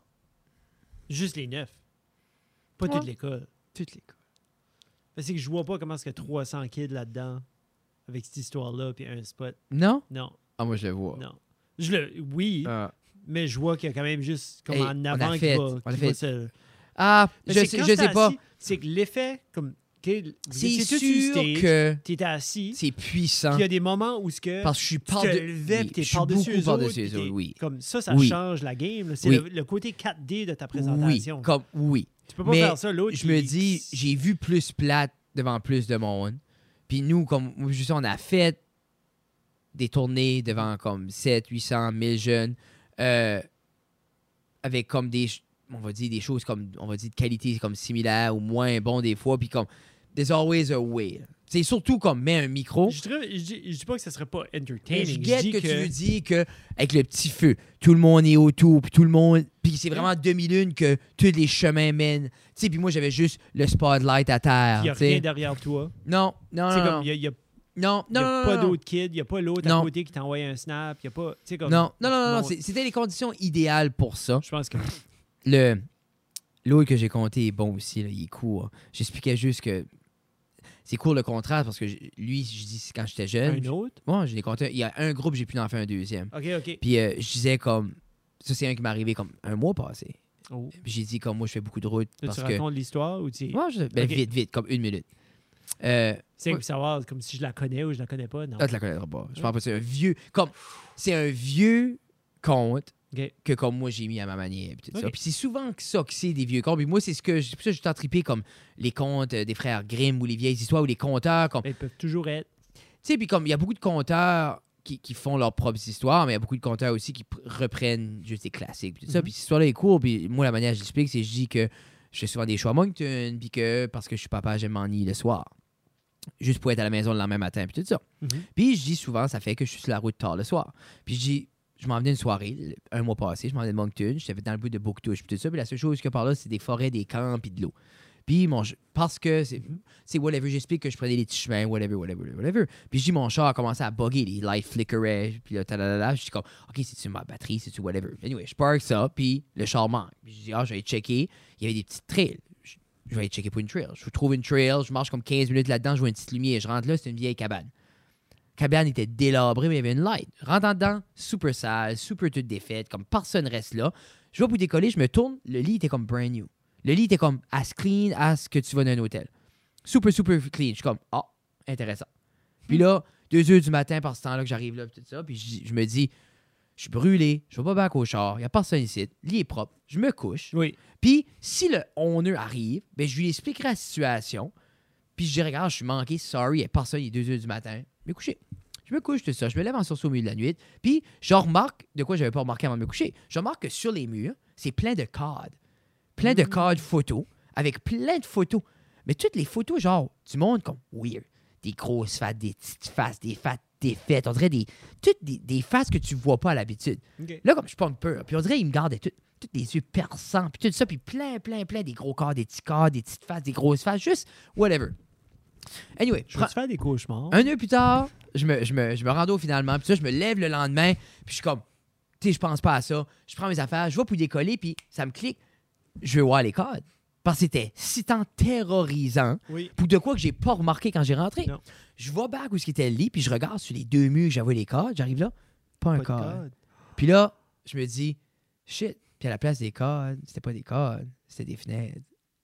Juste les neuf. Pas Ouais. toute l'école. Toute l'école. Parce que je vois pas comment est-ce qu'il y a trois cents kids là-dedans avec cette histoire-là puis un spot. Non? Non, Ah, moi, je le vois. non. Je le, oui, Ah. mais je vois qu'il y a quand même juste comme Hey, en on a avant qui fait, va, on a qui fait. va se... Ah, Mais je c'est sais, quand je t'es sais pas. assis, c'est que l'effet, comme... t'es- vous C'est étiez tous sur sûr stage, que t'étais assis, c'est puissant. puis il y a des moments où ce que Parce que je suis tu te par-de- levais oui, puis t'es je suis par-dessus beaucoup eux par-dessus autres, eux puis autres, t'es- oui. Comme ça, ça Oui. change la game. là. C'est Oui. le, le côté quatre D de ta Oui, présentation. comme, oui. Tu peux pas Mais faire ça. L'autre, je me il- dis, j'ai vu plus plate devant plus de monde. Puis nous, comme je sais, on a fait des tournées devant comme sept, huit cents, mille jeunes, euh, avec comme des, on va dire des choses comme, on va dire de qualité comme similaire ou moins bon des fois, puis comme, there's always a way. C'est surtout comme, mets un micro. Je, dirais- je dis, je dis pas que ça serait pas Mais entertaining. je Je guette dis que, que, tu veux dire que avec le petit feu, tout le monde est autour, puis tout le monde, puis c'est vraiment demi-lune que tous les chemins mènent. Tu sais, puis moi j'avais juste le spotlight à terre. il y a tu sais. rien derrière toi. Non, non, C'est non, comme, non. il y a, il y a- Non, il y a non, non, pas non, non. d'autres kids, il y a pas l'autre à Non. côté qui t'envoie un snap, il y a pas, tu sais comme... Non, non, non, non, non, Bon, c'est- c'était les conditions idéales pour ça. Je pense que... Le l'autre que j'ai compté est bon aussi, là, il est court. J'expliquais juste que c'est court le contraste parce que j- lui, je dis c'est quand j'étais jeune. Un autre? Moi, je l'ai compté. Il y a un groupe, j'ai pu en faire un deuxième. OK, OK. Puis euh, je disais comme ça, c'est un qui m'est arrivé comme un mois passé. Oh. Puis j'ai dit comme moi, je fais beaucoup de route Là, parce tu que. racontes l'histoire ou tu... Moi, je... ben, Ok. vite, vite, comme une minute. Euh, C'est ouais. pour savoir comme si je la connais ou je la connais pas. Non. Ah, tu la connaîtras pas. Je pense pas que c'est un vieux. Comme. C'est un vieux conte OK. que comme moi j'ai mis à ma manière. Puis, tout ça. Ok. Puis c'est souvent que ça que c'est des vieux contes. Puis moi, c'est ce que. C'est pour ça que je suis trippé comme les contes euh, des frères Grimm ou les vieilles histoires ou les conteurs. Comme... Mais ils peuvent toujours être... Tu sais, puis comme il y a beaucoup de conteurs qui, qui font leurs propres histoires, mais il y a beaucoup de conteurs aussi qui pr- reprennent juste des classiques. Puis tout ça. Mhm. Puis cette histoire-là est cool. Puis moi, la manière que je l'explique, c'est que je dis que je fais souvent des choix à Moncton, puis que parce que je suis papa, j'aime m'ennuyer le soir. Juste pour être à la maison le lendemain matin, puis tout ça. Mhm. Puis je dis souvent, ça fait que je suis sur la route tard le soir. Puis je dis, je m'en venais une soirée, un mois passé, je m'en venais de Moncton, j'étais dans le bout de Bouctouche, puis tout ça. Puis la seule chose que par là, c'est des forêts, des camps, puis de l'eau. Puis mon ch- parce que c'est, c'est whatever, j'explique que je prenais les petits chemins, whatever, whatever, whatever. Puis je dis, mon char a commencé à bugger, les lights flickeraient, puis là, talalala. Je dis comme, OK, c'est-tu ma batterie, c'est-tu whatever. Anyway, je park ça, puis le char manque. Puis je dis, ah, je vais aller checker. Il y avait des petites trails. Je, je vais aller checker pour une trail. Je trouve une trail, je marche comme quinze minutes là-dedans, je vois une petite lumière. Je rentre là, c'est une vieille cabane. La cabane était délabrée, mais il y avait une light. Rentre en dedans, super sale, super toute défaite, comme personne reste là. Je vais pour décoller, je me tourne, le lit était comme brand new. Le lit était comme as clean as que tu vas dans un hôtel. Super, super clean. Je suis comme, ah, intéressant. Puis là, deux heures du matin, par ce temps-là que j'arrive là, puis tout ça, puis je, je me dis, je suis brûlé, je vais pas back au char, il n'y a personne ici, le lit est propre, je me couche. Oui. Puis si le owner arrive, ben, je lui expliquerai la situation, puis je dirai, regarde, je suis manqué, sorry, il n'y a personne, il est deux heures du matin, je me coucher. Je me couche, tout ça, je me lève en sursaut au milieu de la nuit, puis je remarque, de quoi je n'avais pas remarqué avant de me coucher, je remarque que sur les murs, c'est plein de cadres. Plein de cadres photos, avec plein de photos. Mais toutes les photos, genre, du monde comme weird. Des grosses faces, des petites faces, des faces défaites. On dirait des, toutes des, des faces que tu vois pas à l'habitude. OK. Là, comme je pogne peur, puis on dirait qu'ils me gardaient tout, tous les yeux perçants, puis tout ça, puis plein, plein, plein, des gros corps, des petits corps, des petites faces, des grosses faces, juste whatever. Anyway, Je vais te faire des cauchemars. un heure plus tard, je me, je me, je me rends au finalement, puis ça, je me lève le lendemain, puis je suis comme, tu sais, je pense pas à ça. Je prends mes affaires, je vais pour décoller, puis ça me clique. Je veux voir les codes. Parce que c'était si tant terrorisant Oui. pour de quoi que j'ai pas remarqué quand j'ai rentré. Non. Je vois back où ce qui était le lit, puis je regarde sur les deux murs que j'avais les codes. J'arrive là, pas un Pas de code. code. Puis là, je me dis, shit. Puis à la place des codes, c'était pas des codes, c'était des fenêtres.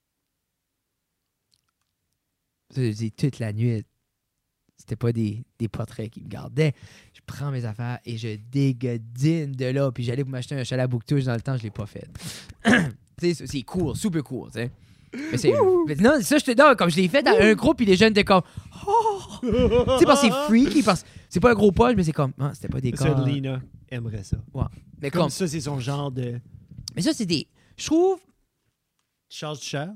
Ça, je dis toute la nuit. C'était pas des, des portraits qui me gardaient. Je prends mes affaires et je dégodine de là. Puis j'allais pour m'acheter un chalet à Bouctouche dans le temps, je l'ai pas fait. Tu sais, c'est court, super court, tu sais. Mais c'est. mais non, ça, je te donne, comme je l'ai fait à un groupe, puis les jeunes étaient comme. Oh! Tu sais, parce que c'est freaky, parce que c'est pas un gros poche, mais c'est comme. Ah, c'était pas des Ça, corps. Lina aimerait ça. Ouais. Mais Comme comme. ça, c'est son genre de... Mais ça, c'est des. Je trouve. Tu charges cher.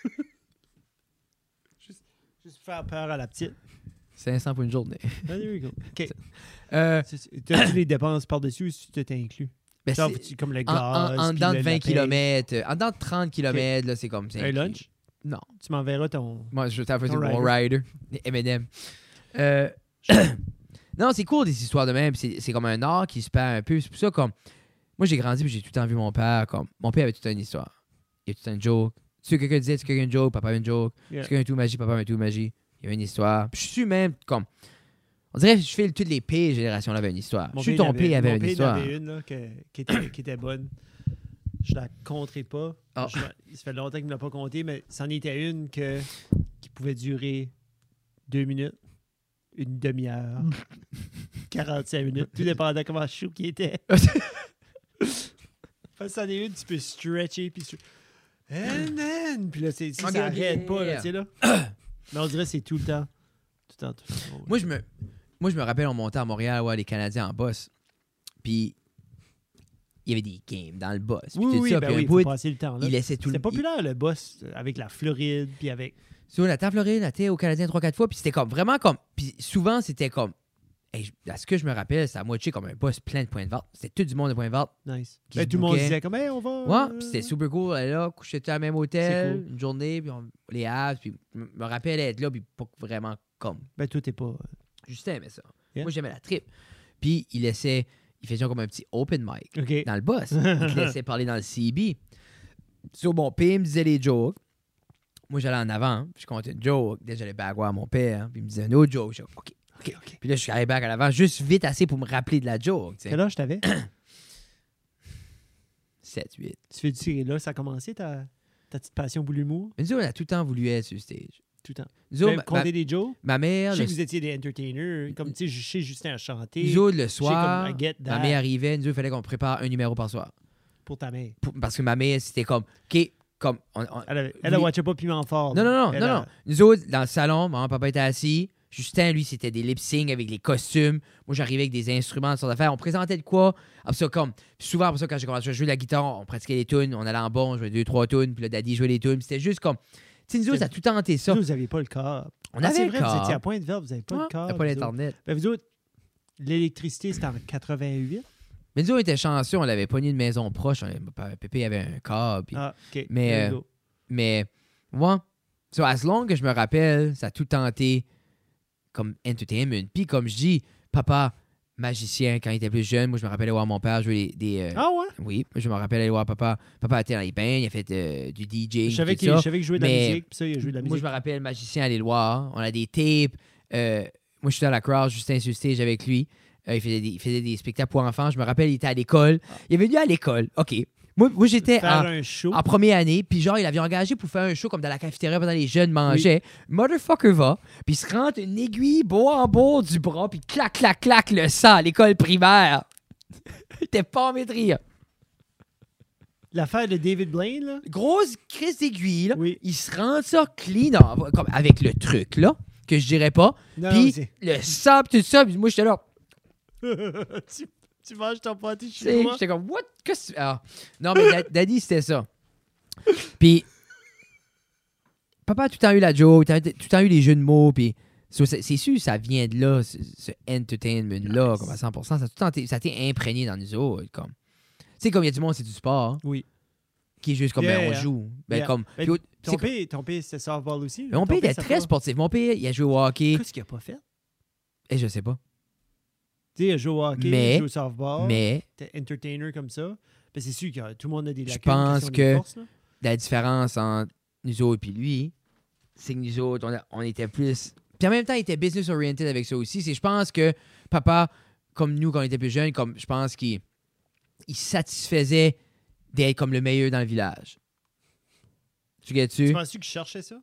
juste, juste faire peur à la petite. cinq cents pour une journée. Ah, there we go. OK. Euh, C'est- c'est- T'as-tu les dépenses par-dessus ou si tu t'es inclus? ben, Genre, c'est- tu- comme le en, gaz. en, en puis dedans le- de la vingt paye. kilomètres, euh, en dedans de trente kilomètres, là, c'est comme ça. Un lunch? Non. Tu m'enverras ton... Moi, je t'ai fait Ton mon rider. Les M and M. Euh, non, c'est cool des histoires de même. C'est, c'est comme un art qui se perd un peu. C'est pour ça comme. Moi, j'ai grandi et j'ai tout le temps vu mon père comme. Mon père avait toute une histoire. Il y a tout le temps une joke. Tu sais, quelqu'un disait, tu quelqu'un une joke, papa avait une joke. Yeah. Tu quelqu'un tout magie, papa avait tout magie. Il y avait une histoire. Puis je suis même comme. On dirait que je fais toutes les pires générations là avaient une histoire. Mon Je suis père ton avait- père avait mon une père, il histoire. avait une là, que- qui, était, qui était bonne. Je la compterai pas. Ah. Je me- ça fait longtemps qu'il ne l'a pas compté, mais c'en était une que, qui pouvait durer deux minutes, une demi-heure, quarante-cinq minutes, tout dépendant comment chaud qu'il était. Parce que c'en est une, tu peux stretcher, puis tu... And then... Puis là, c'est, si Ok, ça ok. arrête pas, là, tu sais, là. Mais on dirait que c'est tout le temps. Tout le temps, tout le temps. Moi, je me, moi, je me rappelle, on montait à Montréal, ouais, les Canadiens en boss. Puis, il y avait des games dans le boss. Puis Oui, tout oui, ça, ben puis oui, un il faut bout, passer le temps, là. il laissait tout C'était le populaire, le boss, euh, avec la Floride, puis avec... Sur la terre Floride, la terre aux Canadiens trois quatre fois. Puis c'était comme vraiment comme. Puis souvent, c'était comme. Hey, je- à ce que je me rappelle, c'était à moitié comme un boss plein de points de vente. C'était tout du monde de points de vente. Nice. Qui Ben, se tout le monde bouquait. disait comme, hey, on va... Ouais, euh, puis c'était super cool. Elle est là, couchait à la même hôtel, C'est une journée, puis on, les Habs. Puis je me rappelle être là, puis pas vraiment comme. Ben, toi, t'es pas... Justin aimait ça. Yeah. Moi, j'aimais la trip. Puis il laissait. Il faisait comme un petit open mic OK. dans le boss. Il te laissait parler dans le C B. Sur mon père, me disait les jokes. Moi, j'allais en avant, puis je comptais une joke. Dès que j'allais back voir mon père, puis il me disait une autre joke. Je dis, OK. OK, OK. Puis là, je suis allé back à l'avant, juste vite assez pour me rappeler de la joke. tu sais. Quel âge t'avais? sept, huit. Tu fais du tiré là, ça a commencé ta, ta petite passion pour l'humour? Mais nous, on a tout le temps voulu être sur le stage. Tout le temps. Nous, autres, Même ma, compter des jokes? ma mère, Je sais le, que vous étiez des entertainers. Comme, tu sais, je sais Justin a chanté. nous autres, le Je sais soir, comme I get ma that mère arrivait, nous autres, il fallait qu'on prépare un numéro par soir. pour ta mère. Pour- parce que ma mère, c'était comme, OK, comme... On, on- Elle, avait, elle a Oui. watché pas Piment Fort. non, non, non, Elle non, a- non. Nous autres, dans le salon, maman, papa était assis. Justin, lui, c'était des lip-sync avec les costumes. Moi, j'arrivais avec des instruments, de sorte d'affaires. On présentait de quoi? Après ça, comme... Puis souvent, après ça, quand j'ai commencé à jouer de la guitare, on pratiquait les tunes. On allait en bas, on jouait deux, trois tunes. Puis le daddy jouait les tunes. Puis c'était juste comme... Tu sais, nous autres, ça a tout tenté ça. Vous, vous n'aviez pas le corps. On Ah, avait c'est le vrai, vous corps. étiez à Pointe-Verte, vous n'avez pas Ouais, le corps. t'as pas vous autres. l'Internet. Ben, vous autres, l'électricité, c'était en quatre-vingt-huit. Mais nous, on était chanceux. On l'avait pogné une maison proche. On- Pépé avait un câble. puis- Ah, OK. Mais, There you euh, go. Mais, ouais. So, as long que je me rappelle, ça a tout tenté comme entertainment. Puis, comme je dis, papa, magicien, quand il était plus jeune, moi, je me rappelle aller voir mon père jouer des... des, euh, Ah ouais? Oui, je me rappelle aller voir papa. Papa était dans les bains, il a fait euh, du DJing. Je savais tout qu'il ça. je savais qu'il jouait de la Mais musique, puis ça, il a joué de la Moi, musique. je me rappelle, magicien, aller le voir. On a des tapes. Euh, moi, je suis à la crowd, Justin sur stage avec lui. Euh, il, faisait des, il faisait des spectacles pour enfants. Je me rappelle, il était à l'école. Il est venu à l'école. OK. Moi, moi j'étais Faire en, un show. en première année, puis genre, il avait engagé pour faire un show comme dans la cafétéria pendant les jeunes mangeaient. Motherfucker va, puis il se rentre une aiguille beau en beau du bras, puis clac, clac, clac, le sang à l'école primaire. Il était pas en maîtrise. L'affaire de David Blaine, là. Grosse crise d'aiguille, là. Oui. Il se rend ça clean, en- comme avec le truc, là, que je dirais pas. Non, Puis c'est- le sang, pis tout ça, puis moi, j'étais là. tu, tu manges ton pâté Tu sais, chez moi. J'étais comme, what? Qu'est-ce que tu- ah. Non, mais Da- Daddy, c'était ça. Puis, papa a tout le temps eu la joke, tout le temps eu les jeux de mots, puis so, c'est c'est sûr, ça vient de là, ce, ce entertainment-là, Nice. comme à cent pour cent. Ça a tout le temps été- ça a été imprégné dans nous autres, comme. Tu sais, comme il y a du monde, c'est du sport, hein, Oui. qui est juste comme, Yeah, ben, on yeah. joue. Ben, Yeah. comme. Ben, puis au- Ton c'est père, ton père, c'était softball aussi. comme- mon Ton père était ça très fait- sportif. Mon père, il a joué au hockey. Qu'est-ce qu'il a pas fait? Et je sais pas. Tu sais, il a joué au hockey, Mais- il a joué au softball. Mais T'es entertainer comme ça. Ben, c'est sûr que tout le monde a des Je lacunes. pense qui sont que- des forces, là. la différence entre nous autres et lui, c'est que nous autres, on, a- on était plus. Puis en même temps, il était business oriented avec ça aussi. C'est, je pense que papa, comme nous quand on était plus jeunes, comme je pense qu'il il satisfaisait d'être comme le meilleur dans le village. Tu Tu sais-tu? penses-tu qu'il cherchait ça?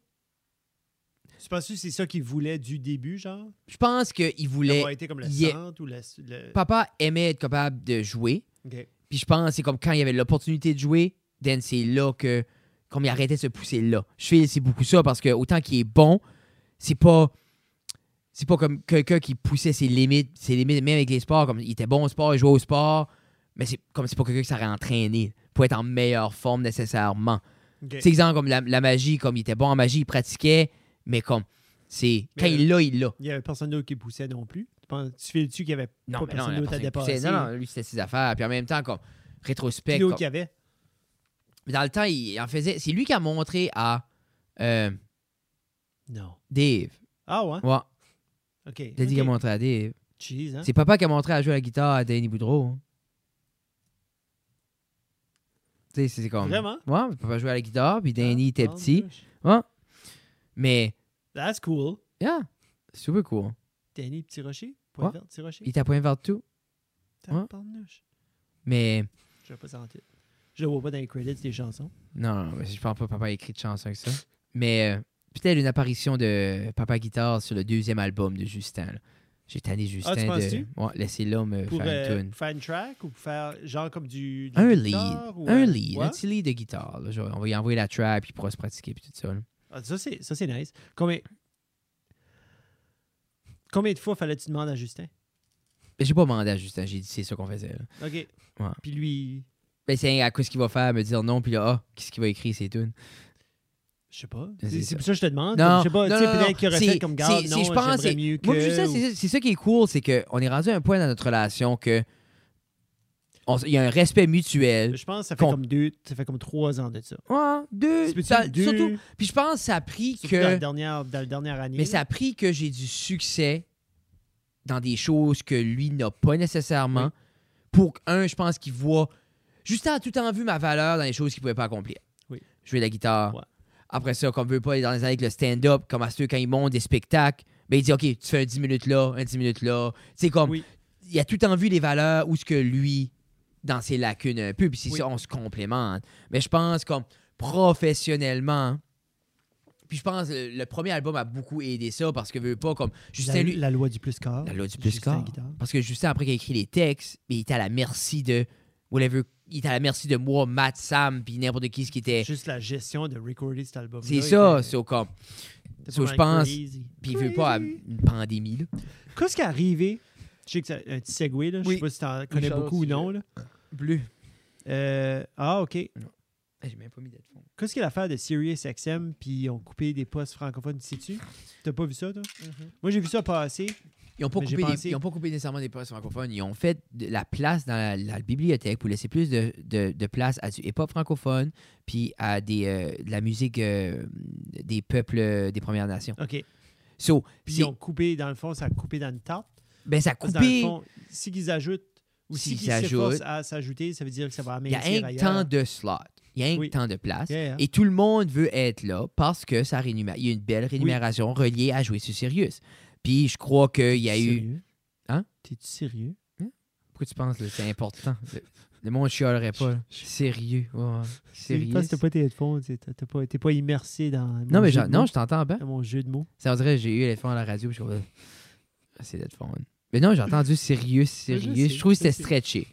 Tu penses-tu que c'est ça qu'il voulait du début, genre? Je pense qu'il voulait. D'avoir été comme le il est- centre ou le... le- Papa aimait être capable de jouer. OK. Puis je pense que c'est comme quand il y avait l'opportunité de jouer, then c'est là que. Comme il arrêtait de se pousser là. Je fais c'est beaucoup ça parce que autant qu'il est bon, c'est pas. C'est pas comme quelqu'un qui poussait ses limites, ses limites, même avec les sports, comme il était bon au sport, il jouait au sport, mais c'est comme c'est pas quelqu'un qui s'aurait entraîné pour être en meilleure forme nécessairement. OK. C'est exemple comme la, la magie, comme il était bon en magie, il pratiquait, mais comme c'est. Quand Mais, il l'a, il l'a. Il y avait personne d'autre qui poussait non plus. Tu, penses, tu fais dessus qu'il y avait Non, pas mais non, personne la d'autre à personne qui poussait. dépasser? Non, non, lui c'était ses affaires. Puis en même temps, comme Qui rétrospect. d'autre comme- qu'il y avait? Mais dans le temps, il en faisait. C'est lui qui a montré à euh, Non. Dave. Ah ouais? Ouais, OK. il a dit qu'il a OK. montré à Dave. Cheese, hein? C'est papa qui a montré à jouer à la guitare à Danny Boudreau. hein. Tu sais, c'est comme... Vraiment? Ouais, papa jouait à la guitare, puis Danny Ah, était oh, petit. gosh. Ouais. Mais, That's cool. yeah, super cool. Danny Petit Rocher? Point Ouais. vert Petit Rocher? Il était à point vers tout. ouais. Tabarnouche. Mais, Je vais pas sentir. Je le vois pas dans les credits des chansons. non, non, mais je pense pas que papa a écrit de chansons avec ça. Mais, euh, peut-être une apparition de Papa Guitare sur le deuxième album de Justin. là. J'ai tanné Justin Ah, tu de... penses-tu? Ouais, laisser l'homme euh, Pour, faire euh, une tune. pour faire une track ou pour faire genre comme du. du Un guitare, lead. ou, Un euh, lead. ouais? Un petit lead de guitare. là. Genre, on va y envoyer la track, puis il pourra se pratiquer, puis tout ça. là. Ah, ça, c'est, ça, c'est nice. Combien... Combien de fois fallait-tu demander à Justin? Mais j'ai pas demandé à Justin, j'ai dit c'est ça qu'on faisait. Là. OK. Ouais. Puis lui, Ben, c'est à quoi ce qu'il va faire, me dire non, puis là, ah, qu'est-ce qu'il va écrire, ces tunes. je sais pas. C'est C'est, ça. c'est pour ça que je te demande. Non, je sais pas, non, tu sais, non, peut-être non. qu'il aurait C'est- fait comme garde. c'est- Non, c'est- je pense, j'aimerais c'est- mieux que... Moi, Justin, c'est, c'est ça qui est cool, c'est qu'on est rendu à un point dans notre relation que on- il y a un respect mutuel. Je pense que ça fait Qu'on- comme deux, ça fait comme trois ans de ça. Ouais, deux, Tu peux-tu ça- dire deux? surtout. Puis je pense que ça a pris Surtout dans, la que. dernière, dans la dernière année. Mais ça a pris que j'ai du succès dans des choses que lui n'a pas nécessairement. Oui. Pour un, je pense qu'il voit. Justin a tout le temps vu ma valeur dans les choses qu'il ne pouvait pas accomplir. Oui. Jouer de la guitare. Ouais. Après ça, comme veut pas, dans les années avec le stand-up, comme à ceux quand ils montent des spectacles, ben il dit OK, tu fais un dix minutes là, un dix minutes là. C'est comme. Oui. Il a tout le temps vu les valeurs où ce que lui, dans ses lacunes un peu. Puis c'est Oui. ça, on se complémente. Mais je pense comme professionnellement. Puis je pense que le premier album a beaucoup aidé ça parce que veut pas comme Justin la, lui. la loi du plus quart. La loi du plus Justin quart. Guitare. Parce que Justin, après qu'il a écrit les textes, mais il était à la merci de. Whatever. Il était à la merci de moi, Matt, Sam, puis n'importe qui ce qui était. Juste la gestion de recorder cet album. C'est ça, c'est comme. So, je pense- Puis Puis il veut pas à une pandémie, là. Qu'est-ce qui est arrivé? Je sais que c'est un petit segue, là. Je Oui. sais pas si tu en connais Charles, beaucoup ou si non. je- Là. Bleu. Euh, ah, OK. J'ai même pas mis d'headphone. Qu'est-ce qu'il y a l'affaire de Sirius X M puis ils ont coupé des postes francophones, sais-tu? T'as pas vu ça, toi? Moi, j'ai vu ça passer. Ils n'ont pas, Mais j'ai coupé des- pensé- ils ont pas coupé nécessairement des postes francophones. Ils ont fait de la place dans la, la bibliothèque pour laisser plus de, de, de place à du hip-hop francophone puis à des, euh, de la musique euh, des peuples euh, des Premières Nations. OK. So, Puis c'est- ils ont coupé, dans le fond, ça a coupé dans une tarte. ben, ça a Parce que dans le coupé. fond, si qu'ils ajoutent ou Si si ils qu'ils s'efforcent ajoutent- à s'ajouter, ça veut dire que ça va Il y a amener un ailleurs. temps de slot. Il y a un Oui. temps de place. Yeah, yeah. Et tout le monde veut être là parce que ça rémunère. Il y a une belle rémunération reliée à jouer sur Sirius. Puis je crois qu'il y a eu. Sérieux? Hein? T'es-tu sérieux? Pourquoi tu penses que c'est important? Le, le monde chialerait pas. là. Sérieux. Ouais, ouais. Sérieux. Parce que t'as pas tes headphones, t'es t'as- t'as pas, t'es pas immersé dans mon Non, mais jeu genre, de non, mots. je t'entends bien. Dans mon jeu de mots. Ça on dirait que j'ai eu l'headphone à la radio. Puis je suis comme, ah, c'est l'headphone. Mais non, j'ai entendu sérieux, sérieux. sais, Je trouve que je c'était sais. stretché.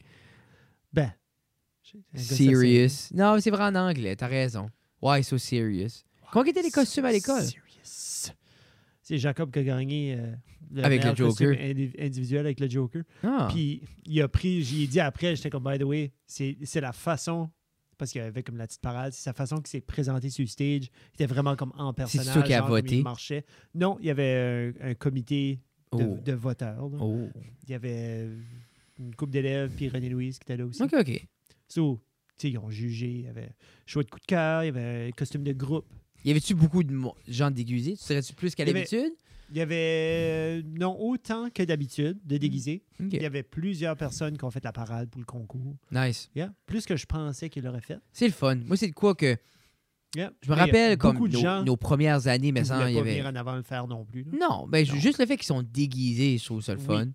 Ben. j'ai- un gars, ça Serious. Non, mais c'est vrai en anglais. T'as raison. Why so serious? Comment étaient les costumes à l'école? Serious. C'est Jacob qui a gagné euh, le Avec le meilleur costume Joker. indi- individuel avec le Joker. Ah. Puis il a pris, j'y ai dit après, j'étais comme, by the way, c'est c'est la façon, parce qu'il y avait comme la petite parade, c'est sa façon qu'il s'est présenté sur le stage. Il était vraiment comme en personnage. toi qui as genre comme voté? il marchait. Non, il y avait un, un comité de, Oh. de voteurs. là. Oh. Il y avait une couple d'élèves, puis René Louise qui était là aussi. OK, OK. So, tu sais, ils ont jugé, il y avait choix de coup de cœur, il y avait un costume de groupe. Y avait-tu beaucoup de mo- gens déguisés? Tu serais-tu plus qu'à Il y avait- l'habitude? Il y avait, euh, non, autant que d'habitude, de déguisés. OK. Il y avait plusieurs personnes qui ont fait la parade pour le concours. Nice. Yeah. Plus que je pensais qu'ils l'auraient fait. C'est le fun. Moi, c'est de quoi que... Yeah. Je me Mais il y a rappelle comme beaucoup de nos, gens nos premières années, mais qui sans, voulaient il y pas avait... venir en avant le faire non plus. là. Non, ben Non. juste le fait qu'ils sont déguisés, je trouve ça le Oui. fun.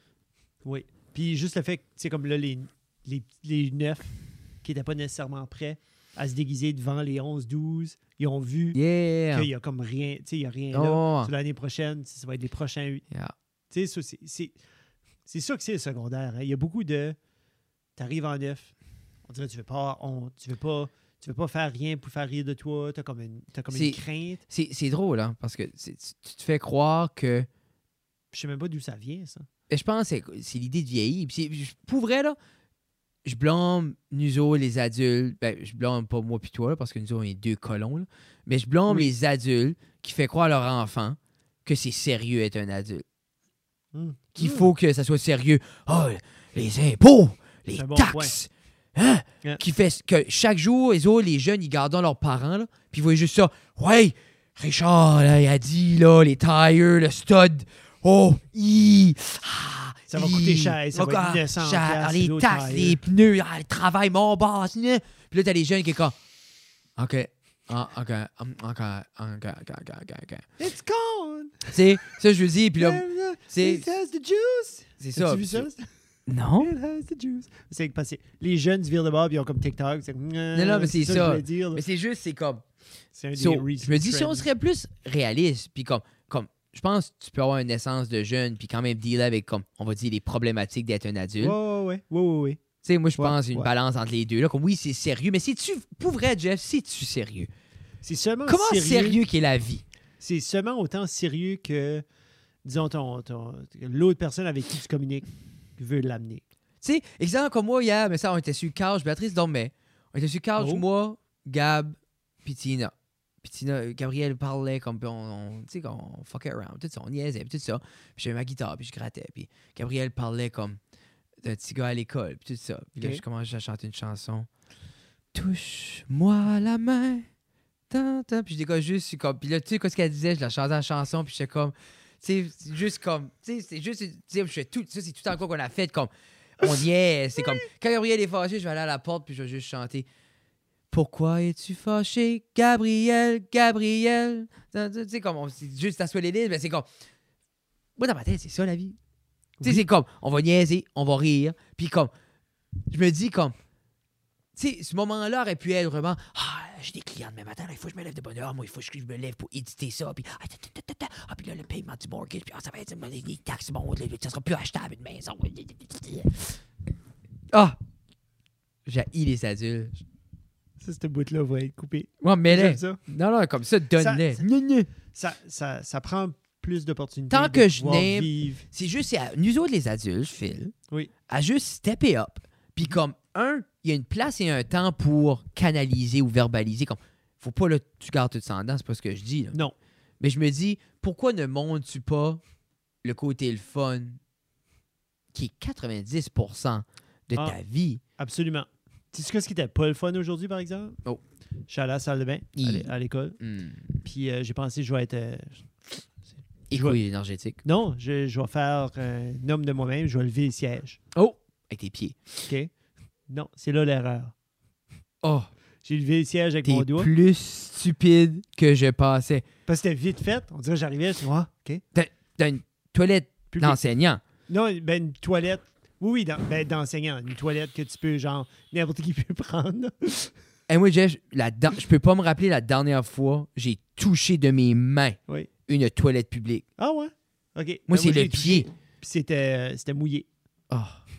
Oui. Puis juste le fait que, tu sais, comme là, les, les, les neuf qui n'étaient pas nécessairement prêts à se déguiser devant les onze douze, ils ont vu Yeah! qu'il n'y a comme rien, tu sais, il n'y a rien là. Oh, Sur l'année prochaine, ça va être les prochains. Tu yeah. sais, ça, c'est- c'est c'est ça que c'est le secondaire. hein. Il y a beaucoup de. Tu arrives en neuf, on dirait que tu veux pas, on, tu veux pas, tu veux pas faire rien pour faire rire de toi. Tu as comme une, t'as comme une C'est- crainte. C'est c'est drôle, hein, parce que c'est- tu tu te fais croire que... Je sais même pas d'où ça vient, ça. Ben, je pense que c'est- c'est l'idée de vieillir. Puis c'est- je- pour vrai, là, je blâme nous autres, les adultes. Ben, je blâme pas moi puis toi, là, parce que nous autres, on est deux colons. Là. Mais je blâme Oui. les adultes qui font croire à leur enfant que c'est sérieux être un adulte. Hmm. Qu'il Hmm. faut que ça soit sérieux. Oh, les impôts, les C'est un bon taxes. Hein? Yeah. Qui fait que chaque jour, les autres, les jeunes, ils gardent leurs parents, là, puis ils voient juste ça. Ouais, Richard, là, il a dit, là, les tires, le stud. Oh, i, ah, Ça va i, coûter cher, ça va être ah, mille neuf cents cher, piastres, les l'autre taxes, tire. les pneus, ah, le travail, mon boss, né. Puis là, t'as les jeunes qui sont comme, OK, ah, OK, um, OK, OK, OK, OK, OK, OK. It's gone! Tu sais, ça, je veux dire, puis là, c'est... It has the juice! C'est ça. As-tu vu ça? Non? It has the juice. C'est parce que les jeunes se virent de bord puis ils ont comme TikTok. C'est... Non, non, mais c'est ça. que je voulais dire, là. Mais c'est juste, c'est comme... C'est un des So, recent je me dis, si trends. on serait plus réaliste, puis comme, comme, je pense que tu peux avoir une naissance de jeune, puis quand même dealer avec, comme, on va dire, les problématiques d'être un adulte. Ouais, ouais, ouais. ouais, ouais, ouais. Tu sais, moi, je Ouais, pense une ouais. balance entre les deux. Là, comme, oui, c'est sérieux, mais c'est-tu, pour vrai, Jeff, c'est-tu sérieux? C'est seulement Comment sérieux. sérieux qu'est la vie? C'est seulement autant sérieux que, disons, ton, ton- l'autre personne avec qui tu communiques veut l'amener. Tu sais, exemple comme moi, hier, mais ça, on était sur le couch, Béatrice dormait. On était sur le couch, Oh. moi, Gab, puis Tina. Puis Tina, Gabriel parlait comme, puis on, on tu sais, on fuckait around, tout ça, on niaisait, puis tout ça. Puis j'avais ma guitare, puis je grattais. Puis Gabriel parlait comme d'un petit gars à l'école, puis tout ça. Puis là, Ok. je commence à chanter une chanson. Touche-moi la main. Tan, tan. Puis je décolle juste, je suis comme, puis là, tu sais, quoi ce qu'elle disait, je la chantais la chanson, puis j'étais comme, tu sais, c'est juste comme, tu sais, c'est juste, tu sais, je fais tout, ça, c'est tout en quoi qu'on a fait, comme, on y est, c'est comme, quand Gabriel est fâché, je vais aller à la porte, puis je vais juste chanter. Pourquoi es-tu fâché, Gabriel, Gabriel? Tu sais, comme, on- c'est juste t'assois les livres, mais c'est comme, moi, dans ma tête, c'est ça, la vie. Tu sais, Oui. c'est comme, on va niaiser, on va rire, puis comme, je me dis comme, tu sais, ce moment-là aurait pu être vraiment, ah, j'ai des clients demain matin, là, il faut que je me lève de bonne heure, moi, il faut que je me lève pour éditer ça, puis, ah, ta, ta, ta, ta, ta. Ah, puis là, le paiement du mortgage, puis ah, ça va être les, les taxes, bon, là, ça sera plus achetable une maison. Ah! J'ai haï les adultes. Ça, ce bout-là va être coupé. Ouais, mais là, J'aime ça. non, non, comme ça, donne-les. Ça- Gna, gna. Ça, ça, ça prend plus d'opportunités. Tant de que je pouvoir n'aime- vivre. C'est juste, c'est à nous autres, les adultes, Phil, Oui. à juste stepper up. Puis comme, un, il y a une place et un temps pour canaliser ou verbaliser. Comme, faut pas, là, tu gardes tout ça en dedans, c'est pas ce que je dis, là. Non. Mais je me dis, pourquoi ne montres-tu pas le côté le fun qui est quatre-vingt-dix pour cent de Ah. ta vie? Absolument. Tu sais ce qui était pas le fun aujourd'hui, par exemple? Oh. Je suis allé à la salle de bain, à Hi. l'é- à l'école. Hmm. Puis euh, j'ai pensé que je vais être... euh, Écoute énergétique. non, je, je vais faire euh, un homme de moi-même, je vais lever le siège. Oh! Avec tes pieds. OK? Non, c'est là l'erreur. Oh! J'ai levé le siège avec T'es mon doigt. plus stupide que je pensais. Parce que c'était vite fait. On dirait que j'arrivais, je suis ah, OK. T'as une toilette Public. d'enseignant. Non, ben une toilette. Oui, oui, dans- ben, d'enseignant. Une toilette que tu peux, genre, n'importe qui peut prendre. là. Et moi, Jeff, la dan- je peux pas me rappeler la dernière fois j'ai touché de mes mains Oui. une toilette publique. Ah ouais? OK. Moi, Ben, c'est j'ai le touché, pied. Puis c'était, euh, c'était mouillé. Oh.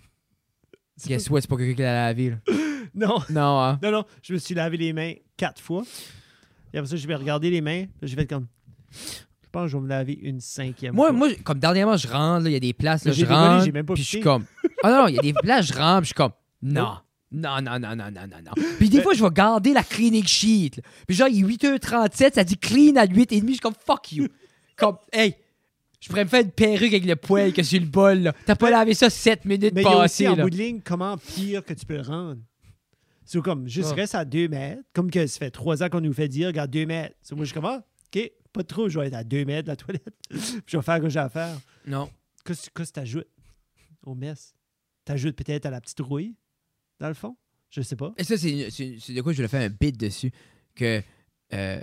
Guess what? C'est pas quelqu'un qui l'a lavé, là. Non. Non, hein? Non, non. Je me suis lavé les mains quatre fois. Et après ça, je vais regarder les mains. J'ai fait comme... Je pense que je vais me laver une cinquième Moi, fois. moi, comme dernièrement, je rentre, là, il y a des places, là, J'ai je décollé, rentre, j'ai même pas puis je suis pissé. comme... Ah non, non, il y a des places, je rentre, puis je suis comme... Non. Non, non, non, non, non, non, non. Puis des fois, je vais garder la cleaning sheet. là. Puis genre, il est huit heures trente-sept, ça dit clean à huit heures trente. Je suis comme, fuck you. Comme, hey, je pourrais me faire une perruque avec le poil que sur le bol. là. T'as pas Mais- lavé ça sept minutes Mais il y a aussi, passées. en là. bout de ligne, comment pire que tu peux le rendre. C'est comme, juste Ah. reste à deux mètres. Comme que ça fait trois ans qu'on nous fait dire, regarde, deux mètres. So, moi, je suis comme, ah, OK, pas trop, je vais être à deux mètres de la toilette. Puis je vais faire ce que j'ai à faire. Non. Qu'est-ce qu'est-ce que t'ajoutes au mess? T'ajoutes peut-être à la petite rouille, dans le fond? Je sais pas. Et ça, c'est c'est- c'est de quoi je voulais faire un bit dessus. Que euh,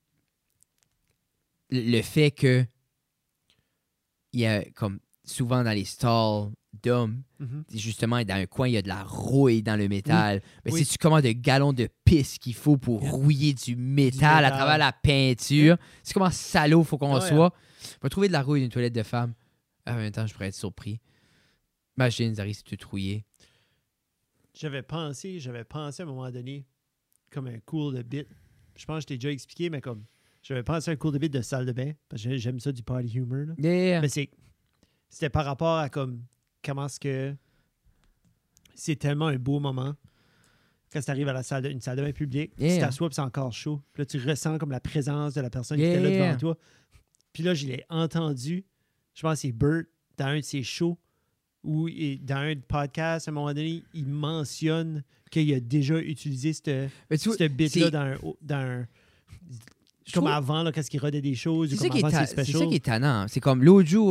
le fait que il y a comme souvent dans les stalls d'hommes, Mhm. justement dans un coin, il y a de la rouille dans le métal. Mais Oui. si tu commandes de gallons de pisse qu'il faut pour Yeah. rouiller du métal, à métal. travers la peinture, c'est comment salaud faut qu'on Ah ouais, soit. On va trouver de la rouille d'une toilette de femme. En même temps, je pourrais être surpris. Imagine, Zari, c'est tout rouillé. J'avais pensé, j'avais pensé à un moment donné, comme un cours de bit. Je pense que je t'ai déjà expliqué, mais comme, j'avais pensé à un cours de bit de salle de bain, parce que j'aime ça du party humor, là. Yeah. Mais c'est, c'était par rapport à comme, comment est-ce que c'est tellement un beau moment quand tu arrives à la salle de, une salle de bain publique, Yeah. tu t'assois puis c'est encore chaud. Puis là, tu ressens comme la présence de la personne qui était là Yeah. devant toi. Puis là, je l'ai entendu, je pense que c'est Bert, dans un de ses shows, où il- dans un podcast, à un moment donné, il mentionne qu'il a déjà utilisé cette, Mais tu vois, cette bit-là c'est- dans un... dans un- je comme trouve- avant, là, quand il rodait des choses, C'est ou ça, comme qui est avant ta- ses c'est specials. ça qui est tannant. C'est comme l'autre jour, hein,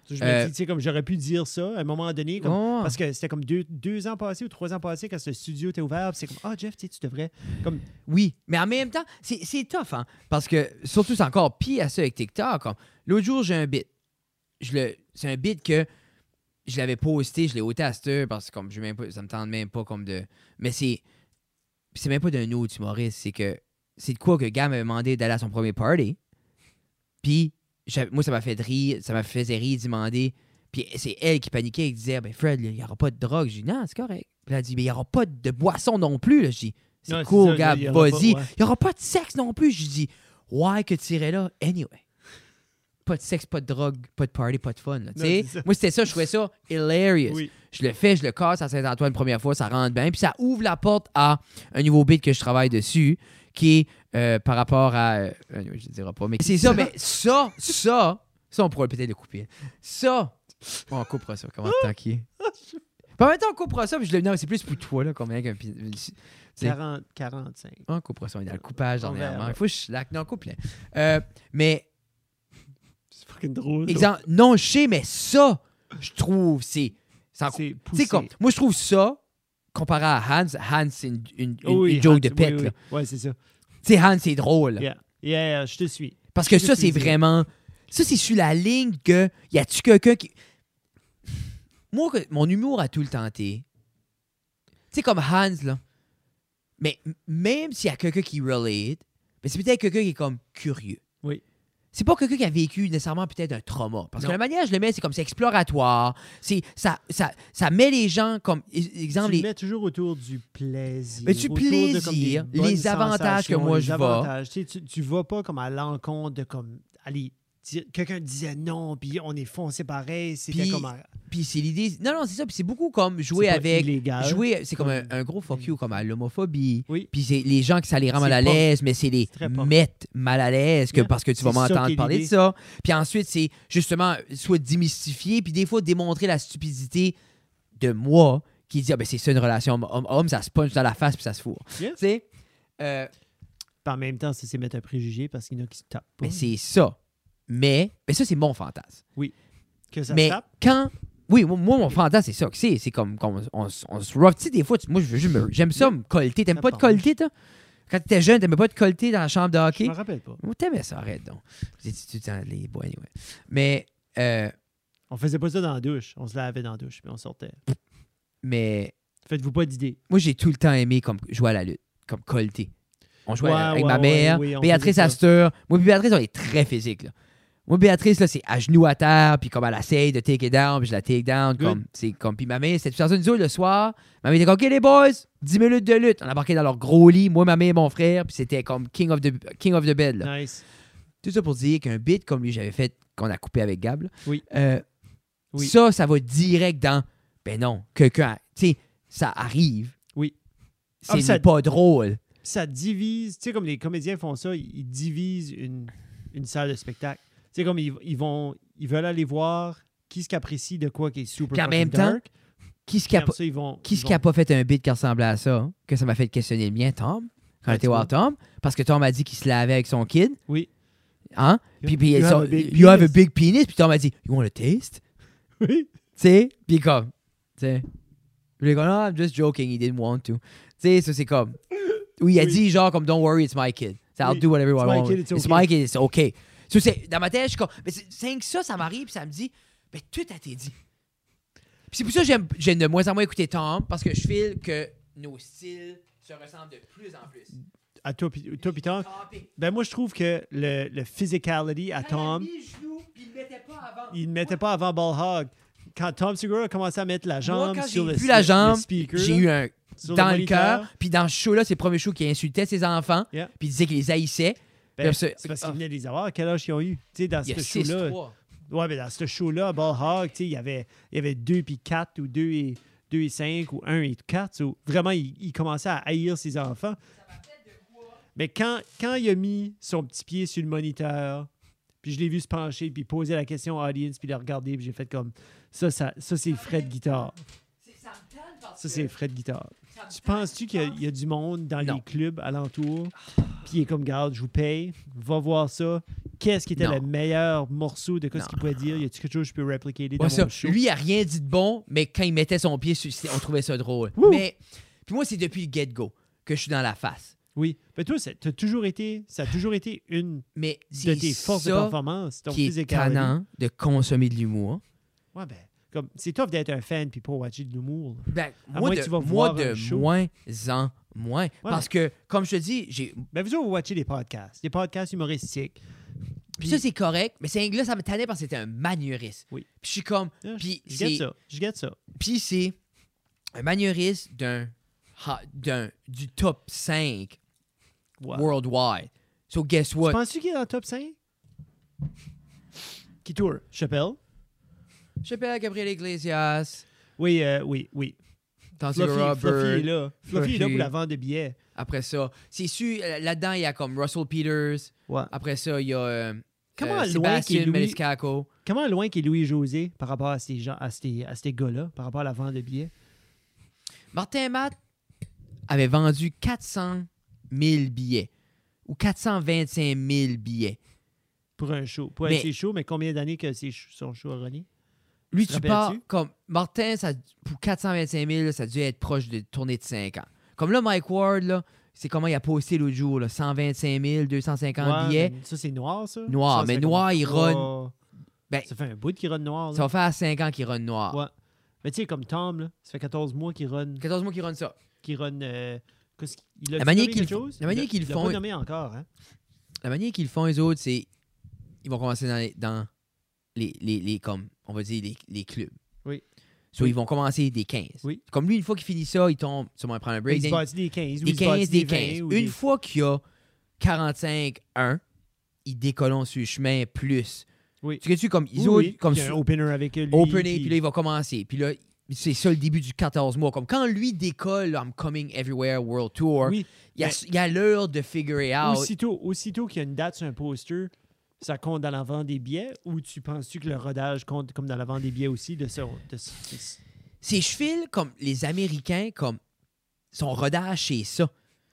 Je me Euh, dis, tu sais, comme j'aurais pu dire ça à un moment donné, comme, oh. parce que c'était comme deux, deux ans passés ou trois ans passés quand ce studio était ouvert. puis C'est comme, ah, Jeff, tu sais, tu devrais. Comme, Oui, mais en même temps, c'est c'est tough, hein? Parce que, surtout, c'est encore pire à ça avec TikTok. Comme, l'autre jour, j'ai un bit. Je le, c'est un bit que je l'avais posté, je l'ai ôté à cette heure parce que comme, je même pas, ça me tente même pas comme de... Mais c'est c'est même pas d'un autre humoriste, c'est que c'est de quoi que le gars m'avait demandé d'aller à son premier party. Puis, j'avais- moi, ça m'a fait rire, ça m'a fait rire d'y demander. Puis c'est elle qui paniquait, elle disait, ben Fred, il n'y aura pas de drogue. J'ai dit, non, c'est correct. Puis elle a dit, mais il n'y aura pas de boisson non plus. Là. J'ai dit, c'est Ouais, cool, c'est ça, gars, il y aura vas-y. pas, ouais. Il n'y aura pas de sexe non plus. J'ai dit, ouais, que tu irais là. Anyway. Pas de sexe, pas de drogue, pas de party, pas de fun. là, tu Non, sais. c'est ça. Moi, c'était ça, je trouvais ça hilarious. oui. Je le fais, je le casse à Saint-Antoine première fois, ça rentre bien. Puis ça ouvre la porte à un nouveau beat que je travaille dessus, qui est euh, par rapport à... Euh, anyway, je ne dirai pas, mais c'est ça, mais ça, ça, ça, on pourrait peut-être le couper. Ça, on coupera ça, comment tant qu'il est. Puis en même temps, on coupera ça, puis je le... Non, c'est plus pour toi, là, comme un... qu'un- tu sais. quarante, quarante-cinq. On coupera ça, on est dans le coupage On dernièrement. verra. Il faut que je slack. Non, coupe euh, Mais... C'est fucking drôle. Exemple, non, je sais, mais ça, je trouve, c'est... c'est en- C'est Tu poussé. sais, comme, moi, je trouve ça, comparé à Hans, Hans, c'est une, une, une- Oh oui, une joke Hans, de pète. oui, oui. là. Ouais, c'est ça. Tu sais, Hans, c'est drôle. là. Yeah. Yeah, je te suis. Parce que Je ça, sais c'est dire. vraiment... Ça, c'est sur la ligne que... Y a-tu quelqu'un qui... Moi, que- mon humour a tout le tenté. Tu sais, comme Hans, là. Mais m- même s'il y a quelqu'un qui relate, mais c'est peut-être quelqu'un qui est comme curieux. Oui. C'est pas quelqu'un qui a vécu nécessairement peut-être un trauma. Parce Non. que la manière dont je le mets, c'est comme c'est exploratoire. C'est, ça, ça, ça met les gens comme... e- Exemple, Tu les, le mets toujours autour du plaisir. Mais du autour de, comme, des plaisir, bonnes les avantages que sensations, moi, les je vois. avantages. Tu, sais, tu, tu vas pas comme à l'encontre de comme... Allez, dire- quelqu'un disait non, puis on est foncé pareil. C'était Puis, comme... à- Puis c'est l'idée... Non, non, c'est ça. Puis c'est beaucoup comme c'est jouer pas avec... illégal. Jouer, c'est comme un, Comme- un gros fuck you, comme à l'homophobie. Oui. Puis c'est les gens que ça les rend C'est mal à punk. l'aise, mais c'est les C'est très punk. mettre mal à l'aise que Yeah. parce que tu vas C'est ça qui m'entendre est parler de l'idée. ça. Puis ensuite, c'est justement soit démystifier, puis des fois démontrer la stupidité de moi qui dit, ah ben c'est ça une relation homme-homme, ça se punch dans la face puis ça se fourre. Yeah. Tu sais? Euh, Puis en même temps, ça, c'est mettre un préjugé parce qu'il y en a qui se tapent pas. mais c'est ça. Mais, mais ça, c'est mon fantasme. Que ça mais se tape. quand... Oui, moi, moi, mon fantasme, c'est ça que c'est. C'est comme, comme on, on, on se rough. Tu sais, des fois, tu- moi, je veux juste me- j'aime ça, me colter. T'aimes Ça pas te part. colter, toi? Quand t'étais jeune, t'aimais pas te colter dans la chambre de Je hockey? me rappelle pas. Moi, t'aimais ça, arrête donc. Vous étiez tout le temps les boys, anyway. Mais, euh, On faisait pas ça dans la douche. On se lavait dans la douche, puis on sortait. mais Faites-vous pas d'idées. moi, j'ai tout le temps aimé comme jouer à la lutte, comme colter. On jouait Ouais, avec ouais, ma ouais, mère, oui, on Béatrice faisait ça. Astor. Moi, puis Béatrice, on est très physique, là. Moi, Béatrice, là, c'est à genoux à terre, puis comme elle essaye de take it down, puis je la take down, Good. comme, c'est comme, puis ma mère, c'était tout ça, nous autres, le soir, ma mère était comme, OK, les boys, dix minutes de lutte. On embarquait dans leur gros lit, moi, ma mère et mon frère, puis c'était comme King of the, King of the Bed, là. Nice. Tout ça pour dire qu'un beat comme lui, j'avais fait, qu'on a coupé avec Gab, là, Oui. euh, Oui. ça, ça va direct dans, ben non, quelqu'un, tu sais, ça arrive. Oui. C'est Ah, mais ça- pas drôle. Ça divise, tu sais, comme les comédiens font ça, ils ils divisent une, une salle de spectacle. Tu sais, comme ils, ils vont, ils veulent aller voir qui ce qui apprécie de quoi qui est super Puis en fucking même temps, dark. Qui ce qui Puis a après pas... ça, ils vont, Qui ils ce qui a vont- pas fait un beat qui ressemblait à ça, hein? Que ça m'a fait questionner le mien, Tom, quand Ah, j'étais tu voir Tom, parce que Tom m'a dit qu'il se lavait avec son kid, Oui. hein? Puis, puis You ils have sont- a big you have a penis. big penis, puis Tom m'a dit, you want a taste? Oui. Tu sais? Puis comme, tu sais. Puis il est comme, no, I'm just joking, he didn't want to. Tu sais, ça c'est comme. Oui, il a Oui. dit genre comme, don't worry, it's my kid. So I'll Oui. do whatever I It's my want. kid, it's It's okay. my kid, it's okay. So, c'est- dans ma tête, je suis comme, mais c'est c'est que ça, ça m'arrive, puis ça me dit, ben tout a été dit. Puis c'est pour ça que j'aime, j'aime de moins en moins écouter Tom, parce que je file que nos styles se ressemblent de plus en plus. À toi, puis toi, puis Tom. Topic. Ben moi, je trouve que le, le physicality à Quand il a Tom, mis le genou, puis il le mettait pas avant. il ne mettait pas avant Ball Hog. Quand Tom Segura a commencé à mettre la jambe Moi, quand sur j'ai le, vu la le jambe, speaker, j'ai eu un sur dans le moniteur, cœur. Puis dans ce show-là, c'est le premier show qui insultait ses enfants. Yeah. Puis il disait qu'il les haïssait. ben, Puis après, c'est parce ah, qu'il venait de les avoir. Quel âge ils ont eu? Tu sais, dans il y a ce six show-là. trois. Ouais, mais dans ce show-là, à Ball Hog, tu sais, il y avait, il y avait deux puis quatre ou deux et, deux et cinq ou un et quatre. So, vraiment, il, il commençait à haïr ses enfants. Mais quand, quand il a mis son petit pied sur le moniteur, puis je l'ai vu se pencher, puis poser la question à l'audience, puis le regarder, puis j'ai fait comme ça, ça, ça c'est frais de guitare. C'est- Ça me tente parce Ça, que- c'est frais de guitare. ça me Tu tente penses-tu qu'il y, a- il y a du monde dans Non. les clubs alentours Puis il est comme, garde, je vous paye, va voir ça. Qu'est-ce qui était Non. le meilleur morceau de quoi ce Non. qu'il pouvait dire? Y a-tu quelque chose que je peux répliquer dans Ouais, ça. mon show? Lui, il a rien dit de bon, mais quand il mettait son pied, sur- on trouvait ça drôle. Wouh! Mais, puis moi, c'est depuis le get-go que je suis dans la face. Oui. Mais toi, ça, t'as toujours été, ça a toujours été une Mais de c'est tes forces de ça performance, ton qui est physicality. tannant de consommer de l'humour. Ouais, ben, comme, c'est tough d'être un fan puis pas watcher de l'humour. là. Ben, À moi, moins de, que tu vas moi voir de un show. moins en moins. Parce que, comme je te dis, j'ai Ben, vous autres, vous watchez des podcasts, des podcasts humoristiques. Puis ça, c'est correct, mais c'est là, ça me tannait parce que c'était un manueriste. Oui. Puis je suis comme. Ah, Puis je, je get c'est ça. Je get ça. puis c'est un manueriste d'un, ha- d'un du top cinq Wow. worldwide. So guess Tu what? penses-tu qu'il est dans le top cinq? Qui tourne? Chappelle? Chappelle, Gabriel Iglesias, Oui, euh, oui, oui. Tansiga Fluffy, Fluffy est Robert. là. Fluffy est là Fluffy. pour la vente de billets. Après ça, c'est sûr, euh, là-dedans, il y a comme Russell Peters. Ouais. Après ça, il y a euh, Comment euh, loin Sébastien qu'est Louis- Maniscalco. Comment loin qu'est Louis-José par rapport à ces gens, à ces, à ces gars-là, par rapport à la vente de billets? Martin Matt avait vendu quatre cent mille billets ou quatre cent vingt-cinq mille billets. Pour un show. Pour Mais- être ses shows, mais combien d'années que c'est ch- son show a runné? Lui, te tu pars rappelles-tu? comme Martin, ça, pour quatre cent vingt-cinq mille, ça a dû être proche de tournée de cinq ans. Comme là, Mike Ward, là, c'est comment il a posté l'autre jour, là, cent vingt-cinq mille, deux cent cinquante Ouais, billets. mais ça, c'est noir, ça? Noir, Ça, mais fait noir, comme il trois- run. Ben, Ça fait un bout qu'il run noir. Là. ça va faire cinq ans qu'il run noir. Ouais. Mais tu sais, comme Tom, là, ça fait quatorze mois qu'il run. quatorze mois qu'il run ça. Qu'il run euh, qu'est-ce qu'il- il a La manière nommé qu'ils quelque font- chose? la manière Il a- qu'ils il l'a font- pas nommé encore, hein? La manière qu'ils le font, les autres, c'est. Ils vont commencer dans les, dans les, les, les- comme, on va dire, les, les clubs. Oui. So, Oui. ils vont commencer des quinze. Oui. Comme lui, une fois qu'il finit ça, il tombe. Sûrement, il prend un break. Il se Then- bâtit des quinze. ou des il se bâtit quinze, des vingt, quinze. ou Une des- fois qu'il y a quarante-cinq un, il décolle sur le chemin plus. Oui. Tu sais, comme, ils Oui, autres, oui. comme Il y a un sur- opener avec lui. opener, puis là, il va commencer. Puis là, c'est ça le début du quatorze mois. Comme quand lui décolle, I'm Coming Everywhere World Tour, Oui. il y a, mais- il y a l'heure de figure it out. Aussitôt, aussitôt qu'il y a une date sur un poster, ça compte dans la vente des billets ou tu penses-tu que le rodage compte comme dans la vente des billets aussi de ça? De, ce- ce- Ces chevils, comme les Américains, comme son rodage, c'est ça.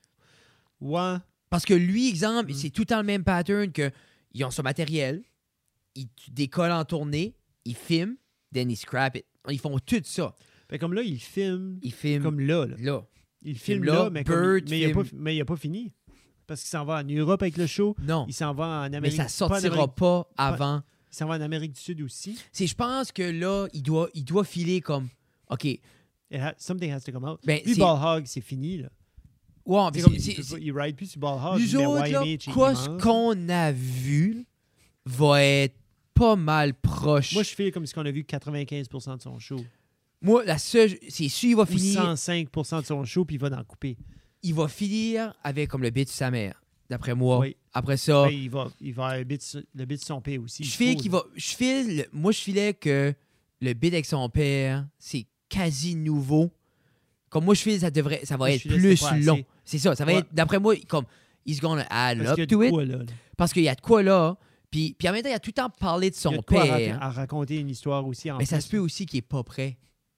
Ouais. Parce que lui, exemple, Mm. c'est tout le temps le même pattern que ils ont son matériel, ils décollent en tournée, ils filment, then ils scrap it. Ils font tout ça. Fait comme là, il filme Ils filment comme là. là. là. Il filme là, là, mais, comme- Bird mais, il a pas, filme- mais il a pas fini. Parce qu'il s'en va en Europe avec le show. Non. Il s'en va en Amérique. Mais ça pas en sortira Amérique- pas avant. Il s'en va en Amérique du Sud aussi. C'est, je pense que là, il doit, il doit filer comme. OK. It ha- something has to come out. Ben, Lui, c'est- Ball Hog, c'est fini. Là. Ouais, C'est mais comme, c'est- il, c'est- peut c'est- pas- il ride plus sur Ball Hog. nous mais autres, là, Y M H est quoi immense. ce qu'on a vu va être pas mal proche. Moi, je fais comme si on a vu quatre-vingt-quinze pour cent de son show. Moi, la seule. C'est sûr, il va Ou finir. cent cinq pour cent de son show, puis il va en couper. Il va finir avec comme le bit de sa mère, d'après moi. Oui. Après ça. Ben, il va, il va avoir le bit, sur- le bit de son père aussi. Je il file faut, qu'il là. va. Je file. Moi, je filais que le bid avec son père, c'est quasi nouveau. Comme moi, je file, ça devrait. Ça va Moi, je être filais, plus c'était pas long. assez. C'est ça. Ça va Ouais. être. D'après moi, comme. He's gonna add Parce up qu'il y a to de it. quoi, là, là. Parce qu'il y a de quoi là. Puis, puis en même temps, il a tout le temps parlé de Il y a son de quoi à, père. rac- à raconter une histoire aussi. En Mais ça plus, se peut aussi qu'il est pas prêt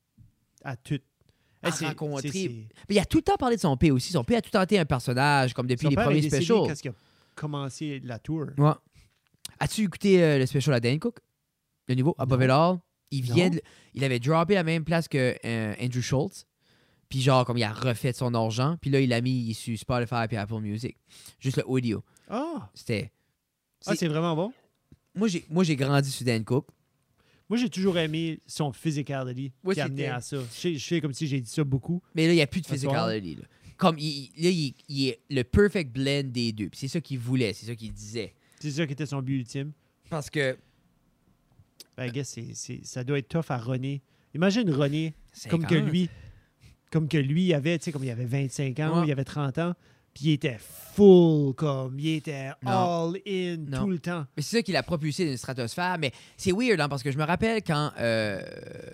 à tout. à Hey, c'est- rencontrer. c'est- c'est- Mais il a tout le temps parlé de son père aussi. Son père a tout le temps été un personnage, comme depuis Son les père est premiers décédé specials. quand il a commencé la tour. Ouais. As-tu écouté euh, le special à Dan Cook? Le niveau Above Non. It All? Il vient Non. de- il avait droppé à la même place que euh, Andrew Schultz. Puis genre, comme il a refait son argent. Puis là, il l'a mis sur Spotify et Apple Music. Juste le audio. Ah, C'était... ah c'est- c'est vraiment bon. Moi, j'ai, moi, j'ai grandi sur Dan Cook. Moi, j'ai toujours aimé son physicality Ouais, qui a amené c'était- à ça. Je fais, je fais comme si j'ai dit ça beaucoup. Mais là, il n'y a plus de À soir. physicality. Là. Comme, il, il- là, il, il est le perfect blend des deux. Puis c'est ça qu'il voulait. C'est ça qu'il disait. C'est ça qui était son but ultime. Parce que... Ben, I guess c'est, c'est- ça doit être tough à René. Imagine René comme que cinquante. lui, comme que lui avait, tu sais, comme il avait vingt-cinq ans, Ouais. il avait trente ans, puis il était full, comme, il était Non. all in Non. tout le temps. Mais c'est ça qui l'a propulsé d'une stratosphère. Mais c'est weird, hein, parce que je me rappelle quand euh,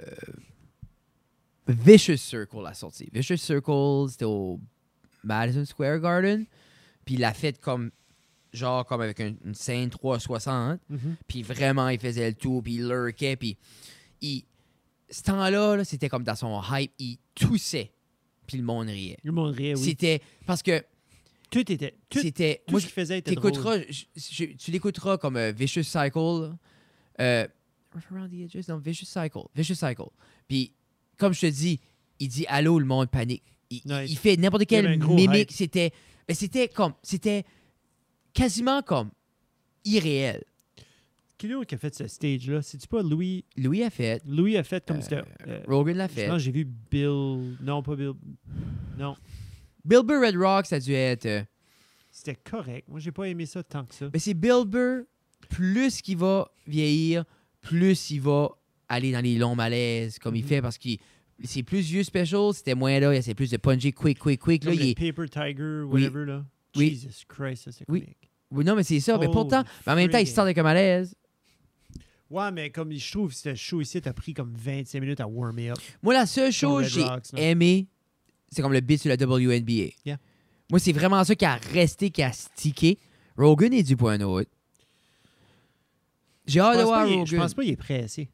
Vicious Circle a sorti. Vicious Circle, c'était au Madison Square Garden. Puis il l'a fait comme, genre, comme avec un- une scène trois cent soixante. Mhm. Puis vraiment, il faisait le tour, puis il lurkait. Puis il... ce temps-là, là, c'était comme dans son hype, il toussait. Puis le monde riait. Le monde riait, oui. C'était parce que Tout était. Tout, C'était. tout Moi, ce qu'il faisait était drôle. t'écouteras, je- je- tu l'écouteras comme euh, Vicious Cycle. Euh, Around the Edges, non, Vicious Cycle. Vicious Cycle. Puis, comme je te dis, il dit allô, le monde panique. Il, il- Nice. il fait n'importe Il y avait quelle un gros mimique. hype. C'était. Mais c'était comme. C'était quasiment comme irréel. Qui est qui a fait ce stage-là? C'est-tu pas Louis? Louis a fait. Louis a fait comme Euh, c'était. euh, Rogan l'a je fait. pense que j'ai vu Bill. Non, pas Bill. Non. Bill Burr Red Rock, ça a dû être. euh, C'était correct. Moi, j'ai pas aimé ça tant que ça. Mais c'est Bill Burr, plus qu'il va vieillir, plus il va aller dans les longs malaises, comme il Mhm. fait, parce que c'est plus vieux special, c'était moins là, il essaie plus de puncher quick, quick, quick. Là, Comme il le est- Paper Tiger, Oui. whatever, là. Oui. Jesus Christ, ça, c'est Oui. comique. Oui, non, mais c'est ça. Mais Holy pourtant, mais en même temps, il friggin'. sort avec un malaise. Ouais, mais comme je trouve, ce show ici, t'as pris comme vingt-cinq minutes à warmer up. Moi, la seule Sur chose Red que j'ai Rocks, là. aimé, c'est comme le beat sur la W N B A. Yeah. Moi, c'est vraiment ça qui a resté, qui a stické. Rogan est du point autre. J'ai hâte Je de pense, voir pas, il est- Rogan. je pense pas qu'il est pressé.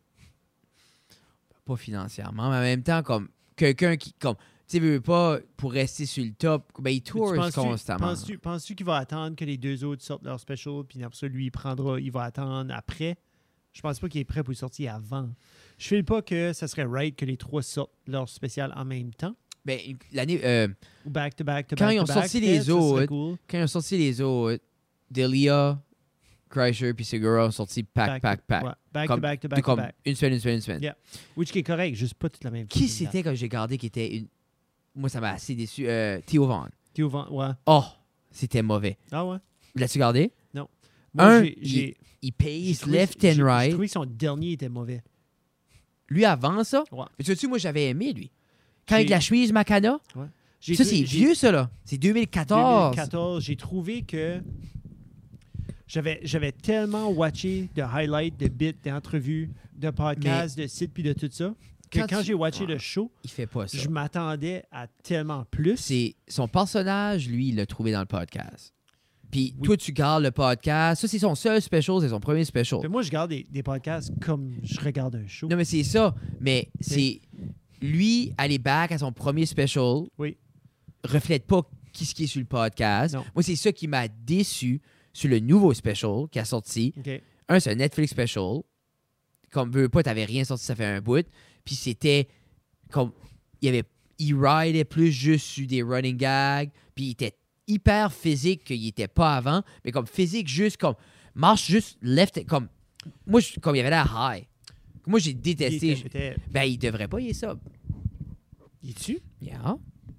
Pas financièrement, mais en même temps, comme quelqu'un qui, comme, tu sais, veut pas, pour rester sur le top, ben, il tourne Tu penses-tu- constamment. Penses-tu penses-tu qu'il va attendre que les deux autres sortent leur special, puis après ça, lui, il prendra, il va attendre après? Je pense pas qu'il est prêt pour le sortir avant. Je fais pas que ça serait right que les trois sortent leur spécial en même temps. Ben, l'année, euh, Ou back to back to Quand back ils ont to back, sorti peut-être, les ça serait autres, cool. quand ils ont sorti les autres, Delia, Kreischer puis Segura ont sorti pack, Back pack, to- pack. ouais, back Comme- to back to Tout back to comme back. une semaine, une semaine, une semaine. Yeah. Which qui est correct, juste pas toute la même Qui fucking date. c'était quand j'ai gardé qui était une. Moi, ça m'a assez déçu. Euh, Theo Vaughn. Qui au vent- Ouais. Oh, c'était mauvais. Ah ouais? L'as-tu gardé? Moi, Un, j'ai- j'ai- Il j'ai pace trouvé- left j'ai- and J'ai right. trouvé que son dernier était mauvais. Lui, avant ça, Ouais. mais tu sais, moi, j'avais aimé, lui. Quand J'ai- avec la chemise Macana, J'ai ça, trouvé- c'est j'ai- vieux, ça, là. C'est deux mille quatorze. deux mille quatorze, j'ai trouvé que j'avais, j'avais tellement watché de highlights, de bits, d'entrevues, de podcasts, de sites puis de tout ça, que Quand quand, tu- j'ai watché Ouais. le show, Il fait pas ça. je m'attendais à tellement plus. C'est son personnage, lui, il l'a trouvé dans le podcast. Puis Oui. toi, tu gardes le podcast. Ça, c'est son seul special, c'est son premier special. Mais moi, je regarde des, des podcasts comme je regarde un show. Non, mais c'est ça. Mais c'est lui, aller back à son premier special, Oui. reflète pas qui ce qui est sur le podcast. Non. Moi, c'est ça qui m'a déçu sur le nouveau special qui a sorti. OK. Un, c'est un Netflix special. Comme veux pas, t'avais rien sorti, ça fait un bout. Puis c'était comme. Il y avait. Il ridait plus juste sur des running gags. Puis il était hyper physique qu'il était pas avant. Mais comme physique, juste comme. Marche juste left. Comme. Moi, je- comme il avait l'air high. Moi, j'ai Il détesté. était- était- Ben, il devrait pas, il est ça. Il est-tu? Yeah.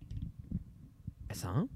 Ça. hein?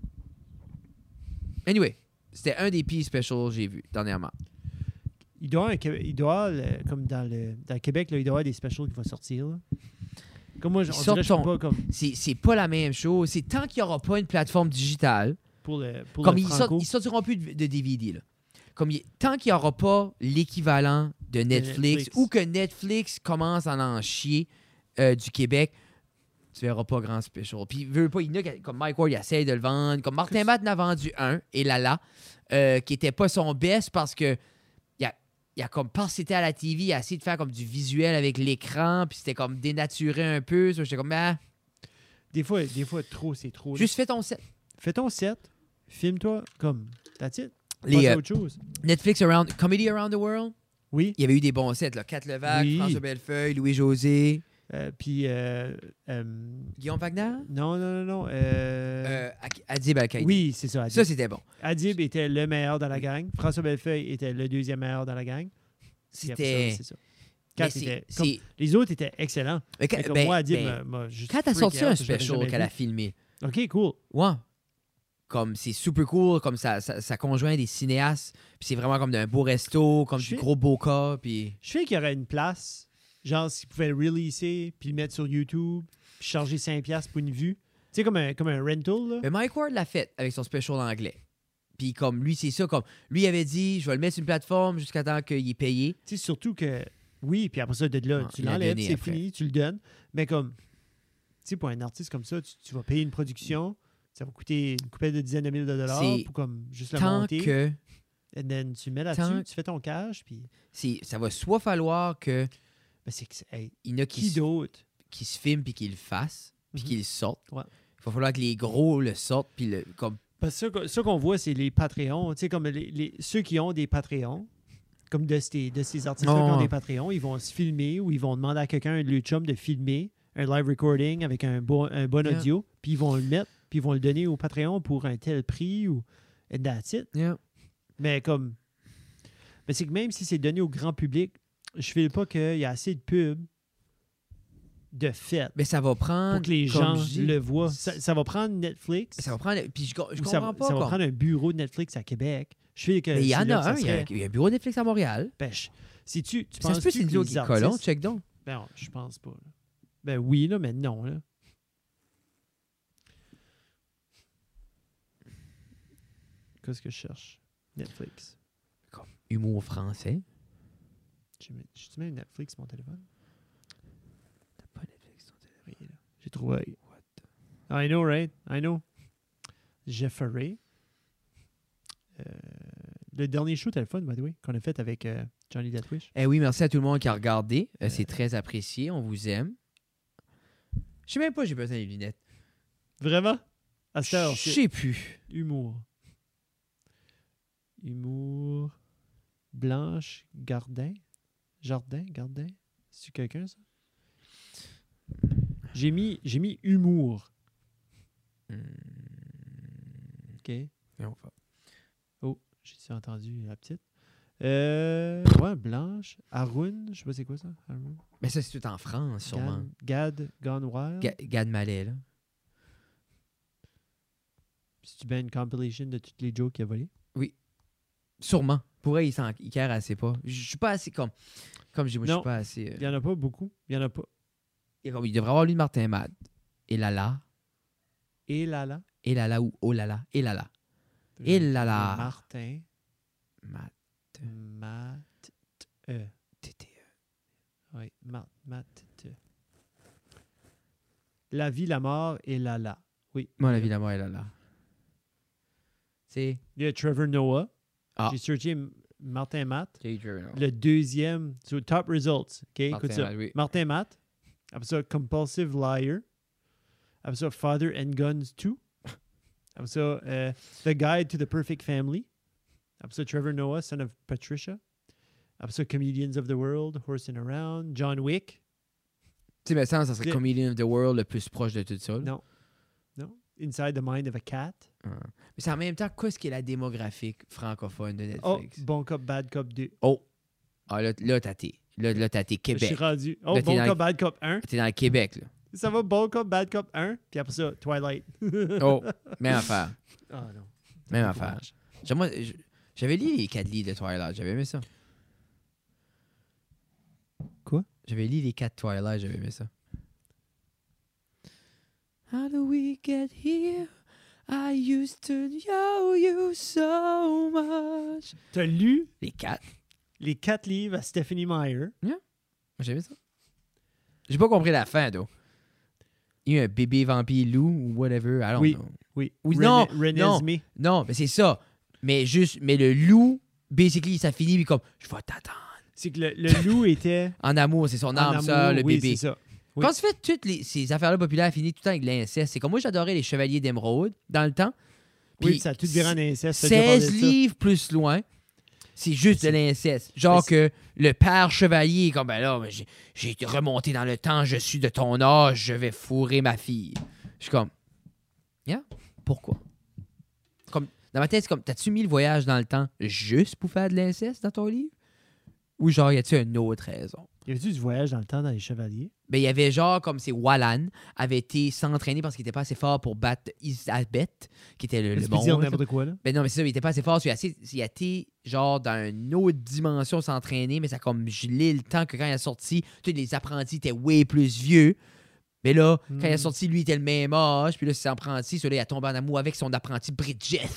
Anyway, c'était un des pires specials que j'ai vu dernièrement. Il doit, avoir un Québec- il doit avoir, le- comme dans le, dans le Québec, là, il doit y avoir des specials qui vont sortir. là. Comme moi, je- Ils on dirait, sortent je peux son- pas comme C'est c'est pas la même chose. C'est tant qu'il n'y aura pas une plateforme digitale. pour le, pour Comme le ils, franco. sortent, ils sortiront plus de, de D V D. Là. Comme il- tant qu'il n'y aura pas l'équivalent de Netflix, Netflix. ou que Netflix commence à en chier euh, du Québec, tu verras pas grand special. Puis, veut pas, il y en a qui- comme Mike Ward, il essaye de le vendre. Comme Martin Matt en a vendu un, et là là, euh, qui était pas son best parce que il a, il a comme parce que c'était à la T V, il a essayé de faire comme du visuel avec l'écran, puis c'était comme dénaturé un peu. So, j'étais comme, ah, Des fois, des fois, trop, c'est trop. là. juste fais ton set. Fais ton set, filme-toi comme. That's it. Les, Passe à euh, autre chose. Netflix Around, Comedy Around the World, Oui. il y avait eu des bons sets, là. Kat Levac, Oui. François Bellefeuille, Louis-José, Euh, puis, euh, euh, Guillaume Wagner, non, non, non, non. euh, euh, Ak- Adib Al-Qaïdi. oui, c'est ça. Adib. Ça, c'était bon. Adib était le meilleur dans la gang. François Bellefeuille était le deuxième meilleur dans la gang. Puis après C'était. ça, c'est ça. mais Kat c'est- était- c'est- comme- les autres étaient excellents. mais quand- Mais comme ben- moi, Adib ben, m'a- m'a juste quand t'as freaké sorti out, un je l'avais special jamais qu'elle a vu. filmé, OK, cool. ouais. Comme c'est super cool, comme ça, ça, ça conjoint des cinéastes, puis c'est vraiment comme d'un beau resto, comme Je du fais- gros boca, puis. Je fais qu'il y aurait une place, genre s'ils pouvaient le releaser, puis le mettre sur YouTube, puis charger cinq dollars pour une vue. Tu sais, comme un, comme un rental, là. Mais Mike Ward l'a fait avec son special anglais. Puis comme lui, c'est ça, comme lui avait dit, je vais le mettre sur une plateforme jusqu'à temps qu'il est payé. Tu sais, surtout que, oui, puis après ça, de là, Ah, tu il l'a l'enlèves, donné c'est après. fini, tu le donnes. Mais comme, tu sais, pour un artiste comme ça, tu, tu vas payer une production, ça va coûter une couple de dizaines de mille de dollars C'est pour comme juste le Tant monter. que Et then, tu le mets là-dessus, tant- tu fais ton cash, puis c'est, ça va soit falloir que ben, c'est que, c'est- hey, il y en a qui, qui se- d'autre? qui se filment puis qui le fassent, puis Mhm. qui le sortent. Ouais. Il va falloir que les gros le sortent, puis le, comme Parce que ça, que- ça qu'on voit, c'est les Patreons. Tu sais, comme les, les- ceux qui ont des Patreons, comme de ces, de ces artistes qui Oh. ont des Patreons, ils vont se filmer ou ils vont demander à quelqu'un, un de leurs chums, de filmer un live recording avec un bon, un bon Yeah. audio, puis ils vont le mettre, puis ils vont le donner au Patreon pour un tel prix ou and that's it. Yeah. Mais comme. Mais c'est que même si c'est donné au grand public, je ne file pas qu'il y a assez de pubs de fait Mais ça va prendre. pour que les comme gens je dis, le voient. Ça, ça va prendre Netflix. Ça va prendre. Puis je, je ou comprends ça, pas. ça va comme- prendre un bureau de Netflix à Québec. Je file que Mais il y c'est en là a que ça un. Il y a, serait. il y a un bureau Netflix à Montréal. Ben, je- si tu, tu Ça se penses peut, c'est une que qui les est colon. artistes... Check donc. Ben non, je pense pas. là. Ben oui, là, mais non. Là. Qu'est-ce que je cherche? Netflix. Humour français. J'ai mis- J'ai-tu mis Netflix sur mon téléphone? T'as pas Netflix sur ton téléphone. Oui, là. J'ai trouvé. What? I know, right? I know. Jeffrey. Euh, le dernier show téléphone, by the way, qu'on a fait avec euh, Johnny Deathwish. Eh oui, merci à tout le monde qui a regardé. Euh, c'est très apprécié. On vous aime. Je sais même pas, j'ai besoin des lunettes. Vraiment? À cette heure, Je c'est sais plus. humour. Humour. Blanche Gardin. Jardin, Gardin. C'est quelqu'un, ça? J'ai mis, j'ai mis humour. Hmm. OK. Non, pas. Oh, j'ai entendu la petite. Euh, ouais, Blanche. Arun, je sais pas c'est quoi ça. Arun. Mais ça, c'est tout en France, sûrement. Gad, Gad Gone Wild. Ga- Gad Mallet, là. C'est-tu bien une compilation de toutes les jokes qu'il a volées? Sûrement. Pour elle, il s'en il care assez pas. Je suis pas assez comme. Comme je dis, moi, je Non. suis pas assez. euh, Il y en a pas beaucoup. Il y en a pas. il il devrait avoir lui de Martin Matt. Et Lala. Et Lala. Et Lala ou Oh Lala. Et Lala. Et Lala. Martin. Matt. Matt. E. T T E. Oui, Matt. Matt. T. La vie, la mort et Lala. Oui. Moi, la vie, la mort et Lala. C'est. Il y a Trevor Noah. Ah. J'ai searché M- Martin Matt. J. Trevor. Le deuxième, sur Top Results. OK, écoute Martin ça. Matt, oui. Martin Matt. Après ça, Compulsive Liar. Après ça, Father and Guns deux. Après ça, euh, The Guide to the Perfect Family. Après ça, Trevor Noah, Son of Patricia. Après ça, Comedians of the World, Horsing Around. John Wick. Tu sais, mais ça, ça serait C'est- Comedian of the World le plus proche de tout ça. là. Non. Non. Inside the Mind of a Cat. Ah. Mais c'est en même temps, qu'est-ce qui est la démographique francophone de Oh, Netflix? Bon Cop, Bad Cop deux. Oh! Ah, là, là t'as tes. Là, là t'as tes Je suis Québec. rendu. Oh, Là, t'es Bon dans Cop, le- Bad Cop un. T'es dans le Québec, là. Ça va, Bon Cop, Bad Cop un. Puis après ça, Twilight. Oh! Même affaire. Ah non. Même affaire. J'aimerais- j'- J'avais lu les quatre livres de Twilight. J'avais aimé ça. Quoi? J'avais lu les quatre Twilight. J'avais aimé ça. How do we get here? I used to know you so much. T'as lu Les quatre? les quatre livres à Stephanie Meyer. J'ai aimé ça. J'ai pas compris la fin, though. Il y a eu un bébé vampire loup ou whatever. I don't Oui. know. Oui. Oui, René- non, Renesmee. Non, mais c'est ça. Mais juste, mais le loup, basically, ça finit puis comme, je vais t'attendre. C'est que le, le loup était En amour, c'est son en âme amour. sœur, le oui, bébé. c'est ça. Oui. Quand tu fais toutes les, ces affaires-là populaires finissent tout le temps avec l'inceste, c'est comme moi, j'adorais les Chevaliers d'Émeraude dans le temps. Oui, Puis ça a tout viré en inceste. t'as déjà parlé seize de ça. livres plus loin, c'est juste de l'inceste. Genre Mais que le père chevalier est comme, ben là, ben j'ai- j'ai été remonté dans le temps, je suis de ton âge, je vais fourrer ma fille. Je suis comme, yeah, pourquoi? Comme, dans ma tête, c'est comme, t'as-tu mis le voyage dans le temps juste pour faire de l'inceste dans ton livre? Ou genre, y a-tu une autre raison? Y avait-tu du voyage dans le temps dans les Chevaliers? Ben, il y avait genre comme c'est Wallan avait été s'entraîner parce qu'il était pas assez fort pour battre Isabeth, qui était le, le Tu peux dire bon. n'importe quoi, là? Ben non, mais c'est ça, il était pas assez fort. Il a, assez, il a été genre dans une autre dimension s'entraîner, mais ça a comme gelé le temps que quand il a sorti, tous les apprentis étaient way plus vieux. Mais là, Hmm. quand il a sorti, lui, il était le même âge. Puis là, ses apprentis, celui-là, il a tombé en amour avec son apprenti Bridget.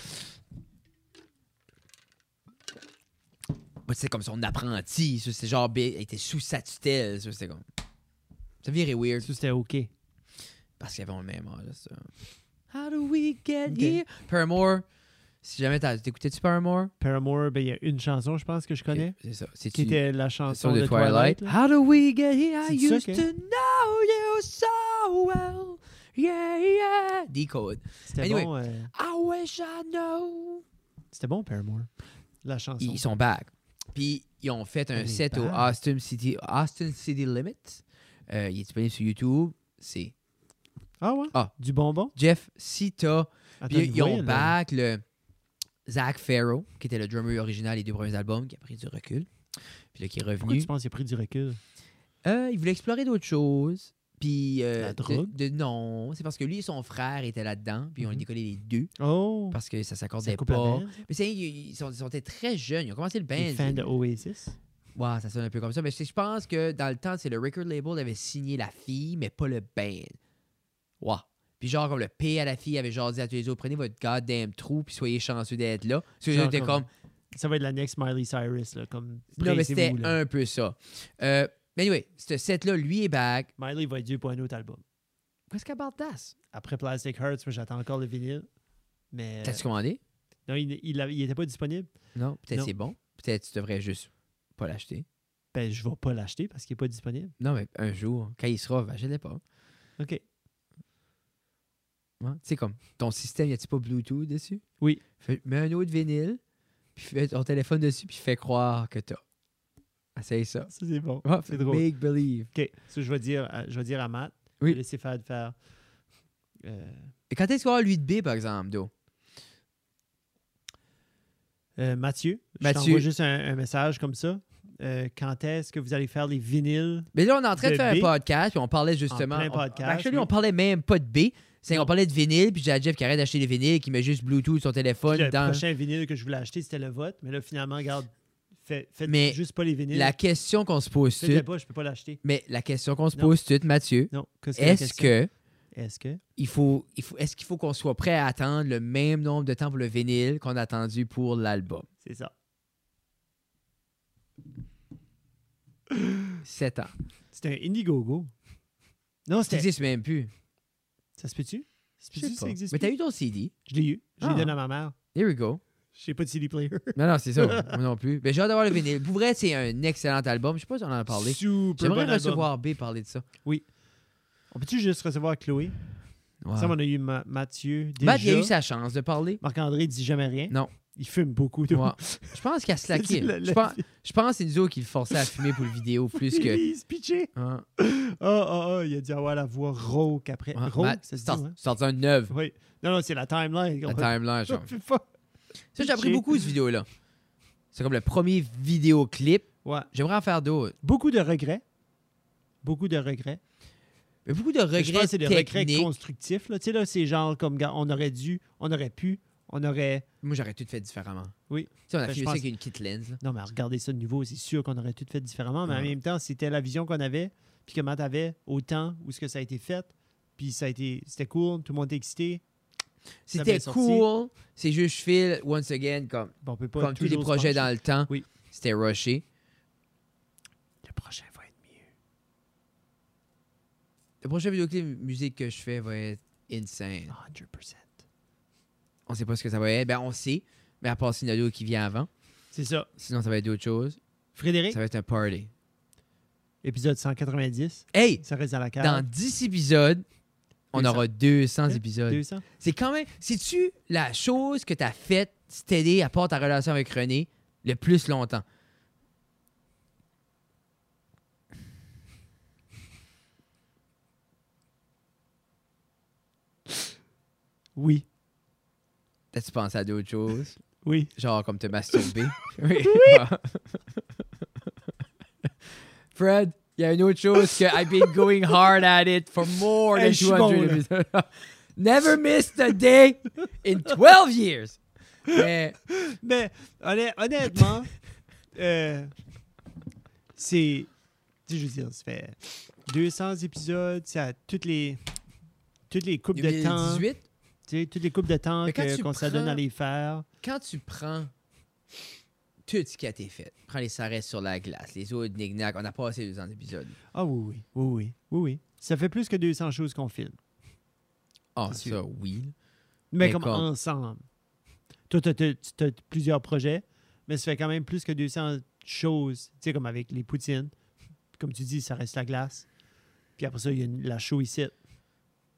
Ben, c'est comme son apprenti. ça, C'était genre, il était sous sa tutelle. ça, C'était comme. Ça virait weird. Ça, c'était OK. Parce qu'ils avaient le même âge. Ça. How do we get Ok. here? Paramore. Si jamais t'as t'écoutais-tu Paramore? Paramore, ben, il y a une chanson, je pense, que je connais, Ok, c'est ça. C'est qui était la chanson sur de de Twilight. Twilight. là. How do we get here? I C'est ça used que- to know you so well. Yeah, yeah. Decode. C'était Anyway. bon. euh, I wish I know. C'était bon, Paramore. La chanson. Ils sont back. Puis, ils ont fait un Elle est set au back. Austin City, Austin City Limits. Euh, il est disponible sur YouTube. C'est Ah ouais? Ah. Du bonbon? Jeff, si t'as. Attends, Puis, une ils ont voix, là. back le Zach Farrow, qui était le drummer original des deux premiers albums, qui a pris du recul. Puis là, qui est Pourquoi revenu. tu penses qu'il a pris du recul? Euh, il voulait explorer d'autres choses. Puis. euh, La de- drogue? de- non, c'est parce que lui et son frère étaient là-dedans. Puis, ils ont Mhm. décollé les deux. Oh! Parce que ça Ça s'accordait coupe la pas. band? Mais c'est, ils, ils sont, ils sont très jeunes. Ils ont commencé le band. Les fans de Oasis? Ouais, ça sonne un peu comme ça. Mais je je pense que dans le temps, c'est le record label avait signé la fille, mais pas le band. Ouais. Puis genre, comme le P à la fille avait genre dit à tous les autres, prenez votre goddamn trou, puis soyez chanceux d'être là. Parce que les Genre autres étaient comme- comme, Ça va être la next Miley Cyrus, là, comme... non, mais pressez-vous, c'était là. un peu ça. Euh, mais anyway, ce set-là, lui est back. Miley va être dû pour un autre album. Qu'est-ce qu'il about that? Après Plastic Hearts, moi, j'attends encore le vinyle. Mais... T'as-tu commandé? Non, il, il, a- il était pas disponible. Non. Peut-être Non. c'est bon. Peut-être tu devrais juste pas l'acheter. Ben, je vais pas l'acheter parce qu'il est pas disponible. Non, mais un jour, quand il sera, achète-le pas. OK. Ouais. Tu sais, comme, ton système, y a-t-il pas Bluetooth dessus? Oui. Fais- mets un autre vinyle, puis fais ton téléphone dessus, puis fais croire que t'as. Essaye ça. Ça, c'est bon. Ouais, c'est drôle. Make believe. OK. Ça, je vais dire, à- je vais dire à Matt. Oui. Je vais laisser Fad faire... Euh, Et quand est-ce qu'il va y avoir lui de B, par exemple, Do? euh, Mathieu, je Mathieu. t'envoie juste un, un message comme ça. Euh, quand est-ce que vous allez faire les vinyles? Mais là, on est en train de, De faire B. un podcast, puis on parlait justement. En plein on- podcast, actually, oui. on parlait même pas de B. C'est Non. on parlait de vinyle, puis j'ai à Jeff qui arrête d'acheter les vinyles, qui met juste Bluetooth sur son téléphone. Le dans... prochain vinyle que je voulais acheter, c'était le vote. Mais là, finalement, regarde, fait, faites Mais juste pas les vinyles. La question qu'on se pose Faites-le toute, pas, je peux pas l'acheter. mais la question qu'on se Non. pose toute, Mathieu, Non. Qu'est-ce que la est-ce question? que Est-ce que... il faut, il faut, est-ce qu'il faut qu'on soit prêt à attendre le même nombre de temps pour le vinyle qu'on a attendu pour l'album? C'est ça. Sept ans. C'était un Indiegogo. Non, Ça c'était... n'existe même plus. Ça se peut-tu? Ça se Je sais peut-tu que ça pas. existe Mais t'as plus? eu ton C D. Je l'ai eu. Je l'ai Ah. donné à ma mère. Here we go. J'ai pas de C D player. Non, non, c'est ça. Moi non plus. Mais j'ai hâte d'avoir le vinyle. Pour vrai, c'est un excellent album. Je sais pas si on en a parlé. Super J'aimerais bon album. recevoir B parler de ça. On peut-tu juste recevoir Chloé? Ouais. Ça, on a eu Ma- Mathieu déjà. Matt, il a eu sa chance de parler. Marc-André dit jamais rien. Non. Il fume beaucoup. De... Ouais. Je pense qu'il a slacké. Le- le- Je pense, je pense que c'est nous autres qui le forçait à fumer pour le vidéo plus que. Il se pitchait. Hein. Oh, oh, oh, il a dû avoir la voix rauque après. Ouais, Rauque, Matt, ça se dit, sort- ouais? sorti un neuf. Oui. Non, non, c'est la timeline. La timeline. genre. Ça, Ça, j'ai appris beaucoup de cette vidéo-là. C'est comme le premier vidéoclip. Ouais. J'aimerais en faire d'autres. Beaucoup de regrets. Beaucoup de regrets. Mais beaucoup de Mais je pense regrets que c'est des regrets techniques. constructifs. Là. Tu sais, là, c'est genre comme, gars, on aurait dû, on aurait pu, on aurait... Moi, j'aurais tout fait différemment. Oui. Tu sais, on a Ben, je filmé pense- ça avec une kit lens. là. Non, mais regardez ça de nouveau, c'est sûr qu'on aurait tout fait différemment, mais en Ouais. même temps, c'était la vision qu'on avait, puis que Matt avait au temps où ce que ça a été fait, puis ça a été, c'était cool, tout le monde était excité. Ça a C'était bien sorti. cool. C'est juste, je file, once again, comme, Bon, on peut pas comme tous les toujours se projets pencher. dans le temps. Oui. C'était rushé. Le prochain va être mieux. Le prochain vidéoclip musique que je fais va être insane. cent pour cent. On sait pas ce que ça va être. Ben, on sait. Mais à part Sinado qui vient avant. C'est ça. Sinon, ça va être d'autres choses. Frédéric, Ça va être un party. épisode cent quatre-vingt-dix, Hey! ça reste dans la cave. Dans dix épisodes, on deux cents. aura deux cents Hein? épisodes. deux cents. C'est quand même... C'est-tu la chose que t'as faite t'aider à part ta relation avec René le plus longtemps? Oui. T'as-tu pensé à d'autres choses? Oui. Genre comme te masturber? Oui. Fred, il y a une autre chose que I've been going hard at it for more Hey, than je suis two bon, hundred là. episodes. Never missed a day in twelve years. Mais Mais honn- honnêtement, euh, c'est. Tu sais, je veux dire, ça fait deux cents épisodes, c'est à toutes les. Toutes les coupes de temps. deux mille dix-huit, Tu sais, toutes les coupes de temps Mais quand que- tu qu'on s'adonne prends- à les faire. quand tu prends tout ce qui a été fait, prends les sarrêts sur la glace, les autres knick-knack, on a passé deux cents épisodes. Ah oui, oui, oui, oui, oui, oui. Ça fait plus que deux cents choses qu'on filme. Ah, C'est ça, sûr. oui. Mais, Mais comme, comme- ensemble. Toi, tu as plusieurs projets, mais ça fait quand même plus que deux cents choses. Tu sais, comme avec les poutines. Comme tu dis, ça reste la glace. Puis après ça, il y a une- la show ici.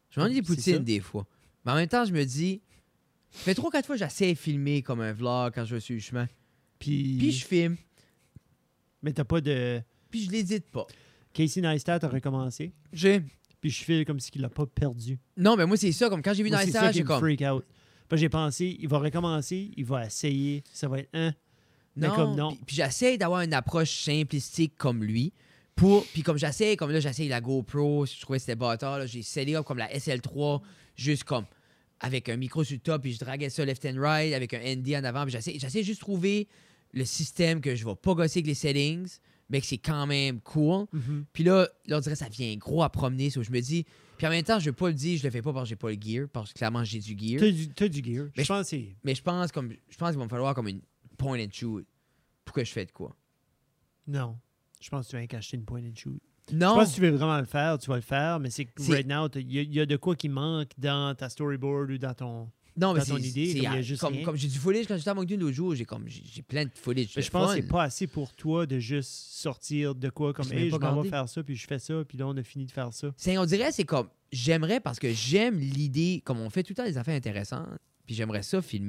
Je m'ennuie des C'est poutines ça. des fois. Mais en même temps, je me dis, ça fait trois quatre fois que j'essaie de filmer comme un vlog quand je vais sur le chemin. Puis, Puis je filme, mais t'as pas de... puis je l'édite pas. Casey Neistat a recommencé. J'ai... Puis je file comme s'il l'a pas perdu. Non, mais moi, c'est ça. Comme quand j'ai vu Moi, dans les c'est ça stages, qui j'ai me comme... freak out. Puis j'ai pensé, il va recommencer, il va essayer, ça va être un. Mais Non, comme non. Puis, puis j'essaie d'avoir une approche simplistique comme lui. Pour, puis comme j'essaie, comme là, j'essaie la GoPro, je trouvais que c'était bâtard. Là, j'ai scellé up comme la S L trois, juste comme avec un micro sur le top, puis je draguais ça left and right, avec un N D en avant. Puis j'essaie, j'essaie juste de trouver le système que je vais pas gosser avec les settings, mais que c'est quand même cool. Mhm. Puis là, là, on dirait que ça vient gros à promener. So je me dis... Puis en même temps, je veux pas le dire, je le fais pas parce que j'ai pas le gear, parce que clairement, j'ai du gear. T'as du, t'as du gear. Mais Je pense que c'est... Mais je pense comme je pense qu'il va me falloir comme une point and shoot pour que je fais de quoi. Non. Je pense que tu vas acheter une point and shoot. Non. Je pense que tu veux vraiment le faire, tu vas le faire, mais c'est que C'est- right now, il y, a- y a de quoi qui manque dans ta storyboard ou dans ton... non, mais dans ton c'est idée, c'est- comme il y a juste comme, rien. comme j'ai du footage quand j'étais à Moncton l'autre jour, j'ai comme j'ai j'ai plein de footage. Mais de je pense fun. que c'est pas assez pour toi de juste sortir de quoi comme Je « l'ai Hey, pas je m'en gardé. vais faire ça, puis je fais ça, puis là, on a fini de faire ça. C'est on dirait c'est comme j'aimerais parce que j'aime l'idée comme on fait tout le temps des affaires intéressantes, puis j'aimerais ça filmer. »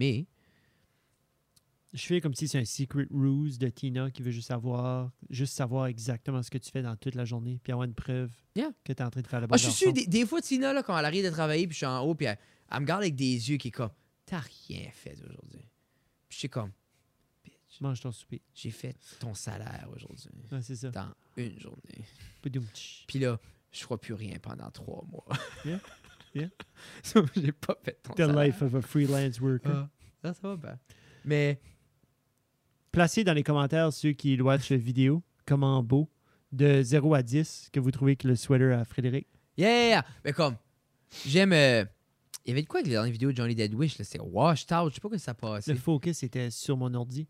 Je fais comme si c'est un secret ruse de Tina qui veut juste savoir, juste savoir exactement ce que tu fais dans toute la journée, puis avoir une preuve Yeah. que tu es en train de faire le bon Ah, je suis sûr, garçon. des, des fois, Tina, là, quand elle arrive de travailler, puis je suis en haut, puis elle, elle me regarde avec des yeux qui est comme t'as rien fait aujourd'hui. Puis je suis comme bitch, Mange ton souper. j'ai fait ton salaire aujourd'hui Ouais, c'est ça. dans une journée. Poudoum-tch. Puis là, je ferai plus rien pendant trois mois. Yeah, yeah. So, j'ai pas fait ton The salaire. life of a freelance worker. Ah, ça, ça va bien. Mais Placez dans les commentaires ceux qui watchent la vidéo, comment beau, de zéro à dix, que vous trouvez que le sweater à Frédéric. yeah! Mais comme, j'aime... euh, il y avait de quoi avec les dernières vidéos de Johnny Deadwish? Là, c'était washed out. Je sais pas que ça passait. Le focus était sur mon ordi.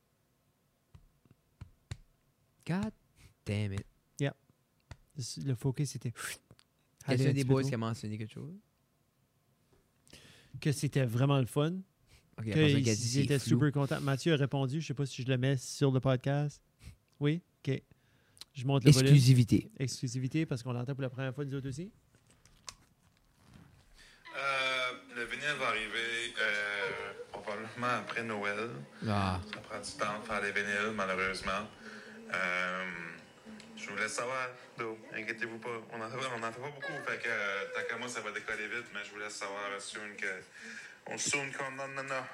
God damn it. Le focus était... Est-ce allait un un des petit peu boys trop. qui a mentionné quelque chose? Que c'était vraiment le fun. Ok, après ça, Qu'ils qu'elle dit c'est étaient flou. super contents. Mathieu a répondu. Je sais pas si je le mets sur le podcast. Oui? OK. Je monte le volume. Exclusivité. Exclusivité parce qu'on l'entend pour la première fois nous autres aussi. Euh, le vinyle va arriver euh, probablement après Noël. Ah. Ça prend du temps de faire les vinyles, malheureusement. Euh, je vous laisse savoir, d'où. Inquiétez-vous pas. On n'en fait, on en fait pas beaucoup. Fait que, euh, tant qu'à moi, ça va décoller vite, mais je vous laisse savoir euh, soon que. On soon qu'on. Non, non, non.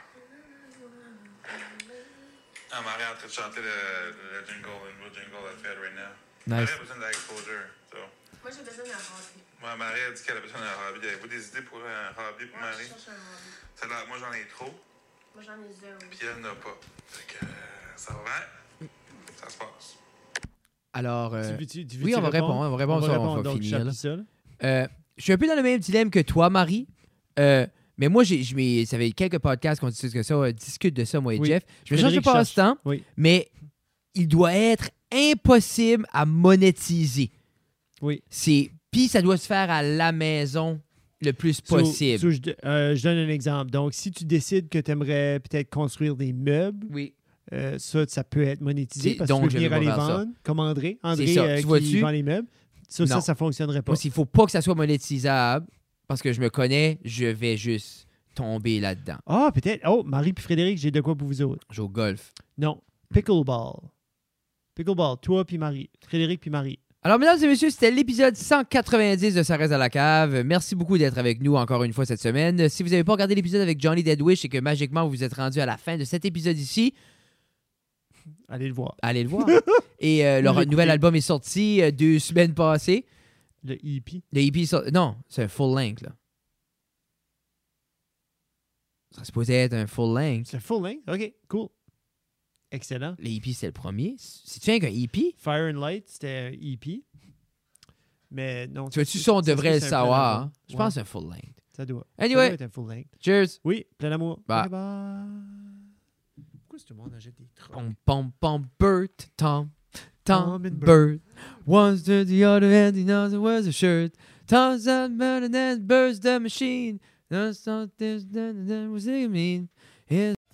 Ah, Marie est en train de chanter le, le jingle, le nouveau jingle à fait right now. Marie Nice. a besoin d'exposure. So. Moi, j'ai besoin d'un hobby. Ouais, Marie a dit qu'elle a besoin d'un hobby. Avez-vous des idées pour un hobby pour Moi, je Marie? cherche un hobby. C'est là, moi, j'en ai trop. Moi, j'en ai zéro. Puis elle n'a pas. Fait que euh, ça va bien. Ça se passe. Alors, euh, Tu veux-tu- tu oui, veux-tu on va répondre. On va répondre, ça, on va donc, finir. là. j'appuie ça, là. Euh, je suis un peu dans le même dilemme que toi, Marie. Euh, mais moi, j'ai, je m'ai- ça fait quelques podcasts qu'on discute, que ça, euh, discute de ça, moi et Oui. Jeff. Je me change de Frédéric cherche. passe-temps, Oui. mais il doit être impossible à monétiser. Oui. C'est, puis ça doit se faire à la maison le plus So- possible. so, je, euh, je donne un exemple. Donc, si tu décides que tu aimerais peut-être construire des meubles, oui. euh, ça, ça peut être monétisé C'est- parce donc, que tu je peux venir vais à les pas faire ça. vendre, comme André. André C'est ça. euh, Tu qui vois-tu? vend les meubles. Ça, ça, Non. ça ne fonctionnerait pas. Moi, s'il faut pas que ça soit monétisable, parce que je me connais, je vais juste tomber là-dedans. Ah, peut-être. Oh, Marie puis Frédéric, j'ai de quoi pour vous autres. Je joue au golf. Non. Pickleball. Pickleball. Toi puis Marie. Frédéric puis Marie. Alors, mesdames et messieurs, c'était l'épisode cent quatre-vingt-dix de Ça reste à la cave. Merci beaucoup d'être avec nous encore une fois cette semaine. Si vous n'avez pas regardé l'épisode avec Johnny Deadwish et que magiquement vous vous êtes rendu à la fin de cet épisode ici, Allez le voir. allez le voir. Et euh, leur L'écouter. nouvel album est sorti euh, deux semaines passées. Le E P. Le E P est sorti... Non, c'est un full length, là. Ça serait supposé être un full length. C'est full length. OK, cool. Excellent. Le E P, c'est le premier. C'est-tu un E P? Fire and Light, c'était un E P. Mais non. Tu vois-tu ça, ça, on ça, devrait le c'est un plein savoir. album. hein? Je Ouais, pense que c'est un full length. Ça doit. Anyway. Ça doit être un full length. Cheers. Oui, plein d'amour. Bye. Bye bye. Pourquoi est-ce que tout le monde achète des trucs? Pom, pom, pom, Bert, Tom, Tom, Tom and Bert. One to the other and the other wears a shirt. Tom's that man and then Bert's the machine. That's not this, that, that, what's it mean? Here's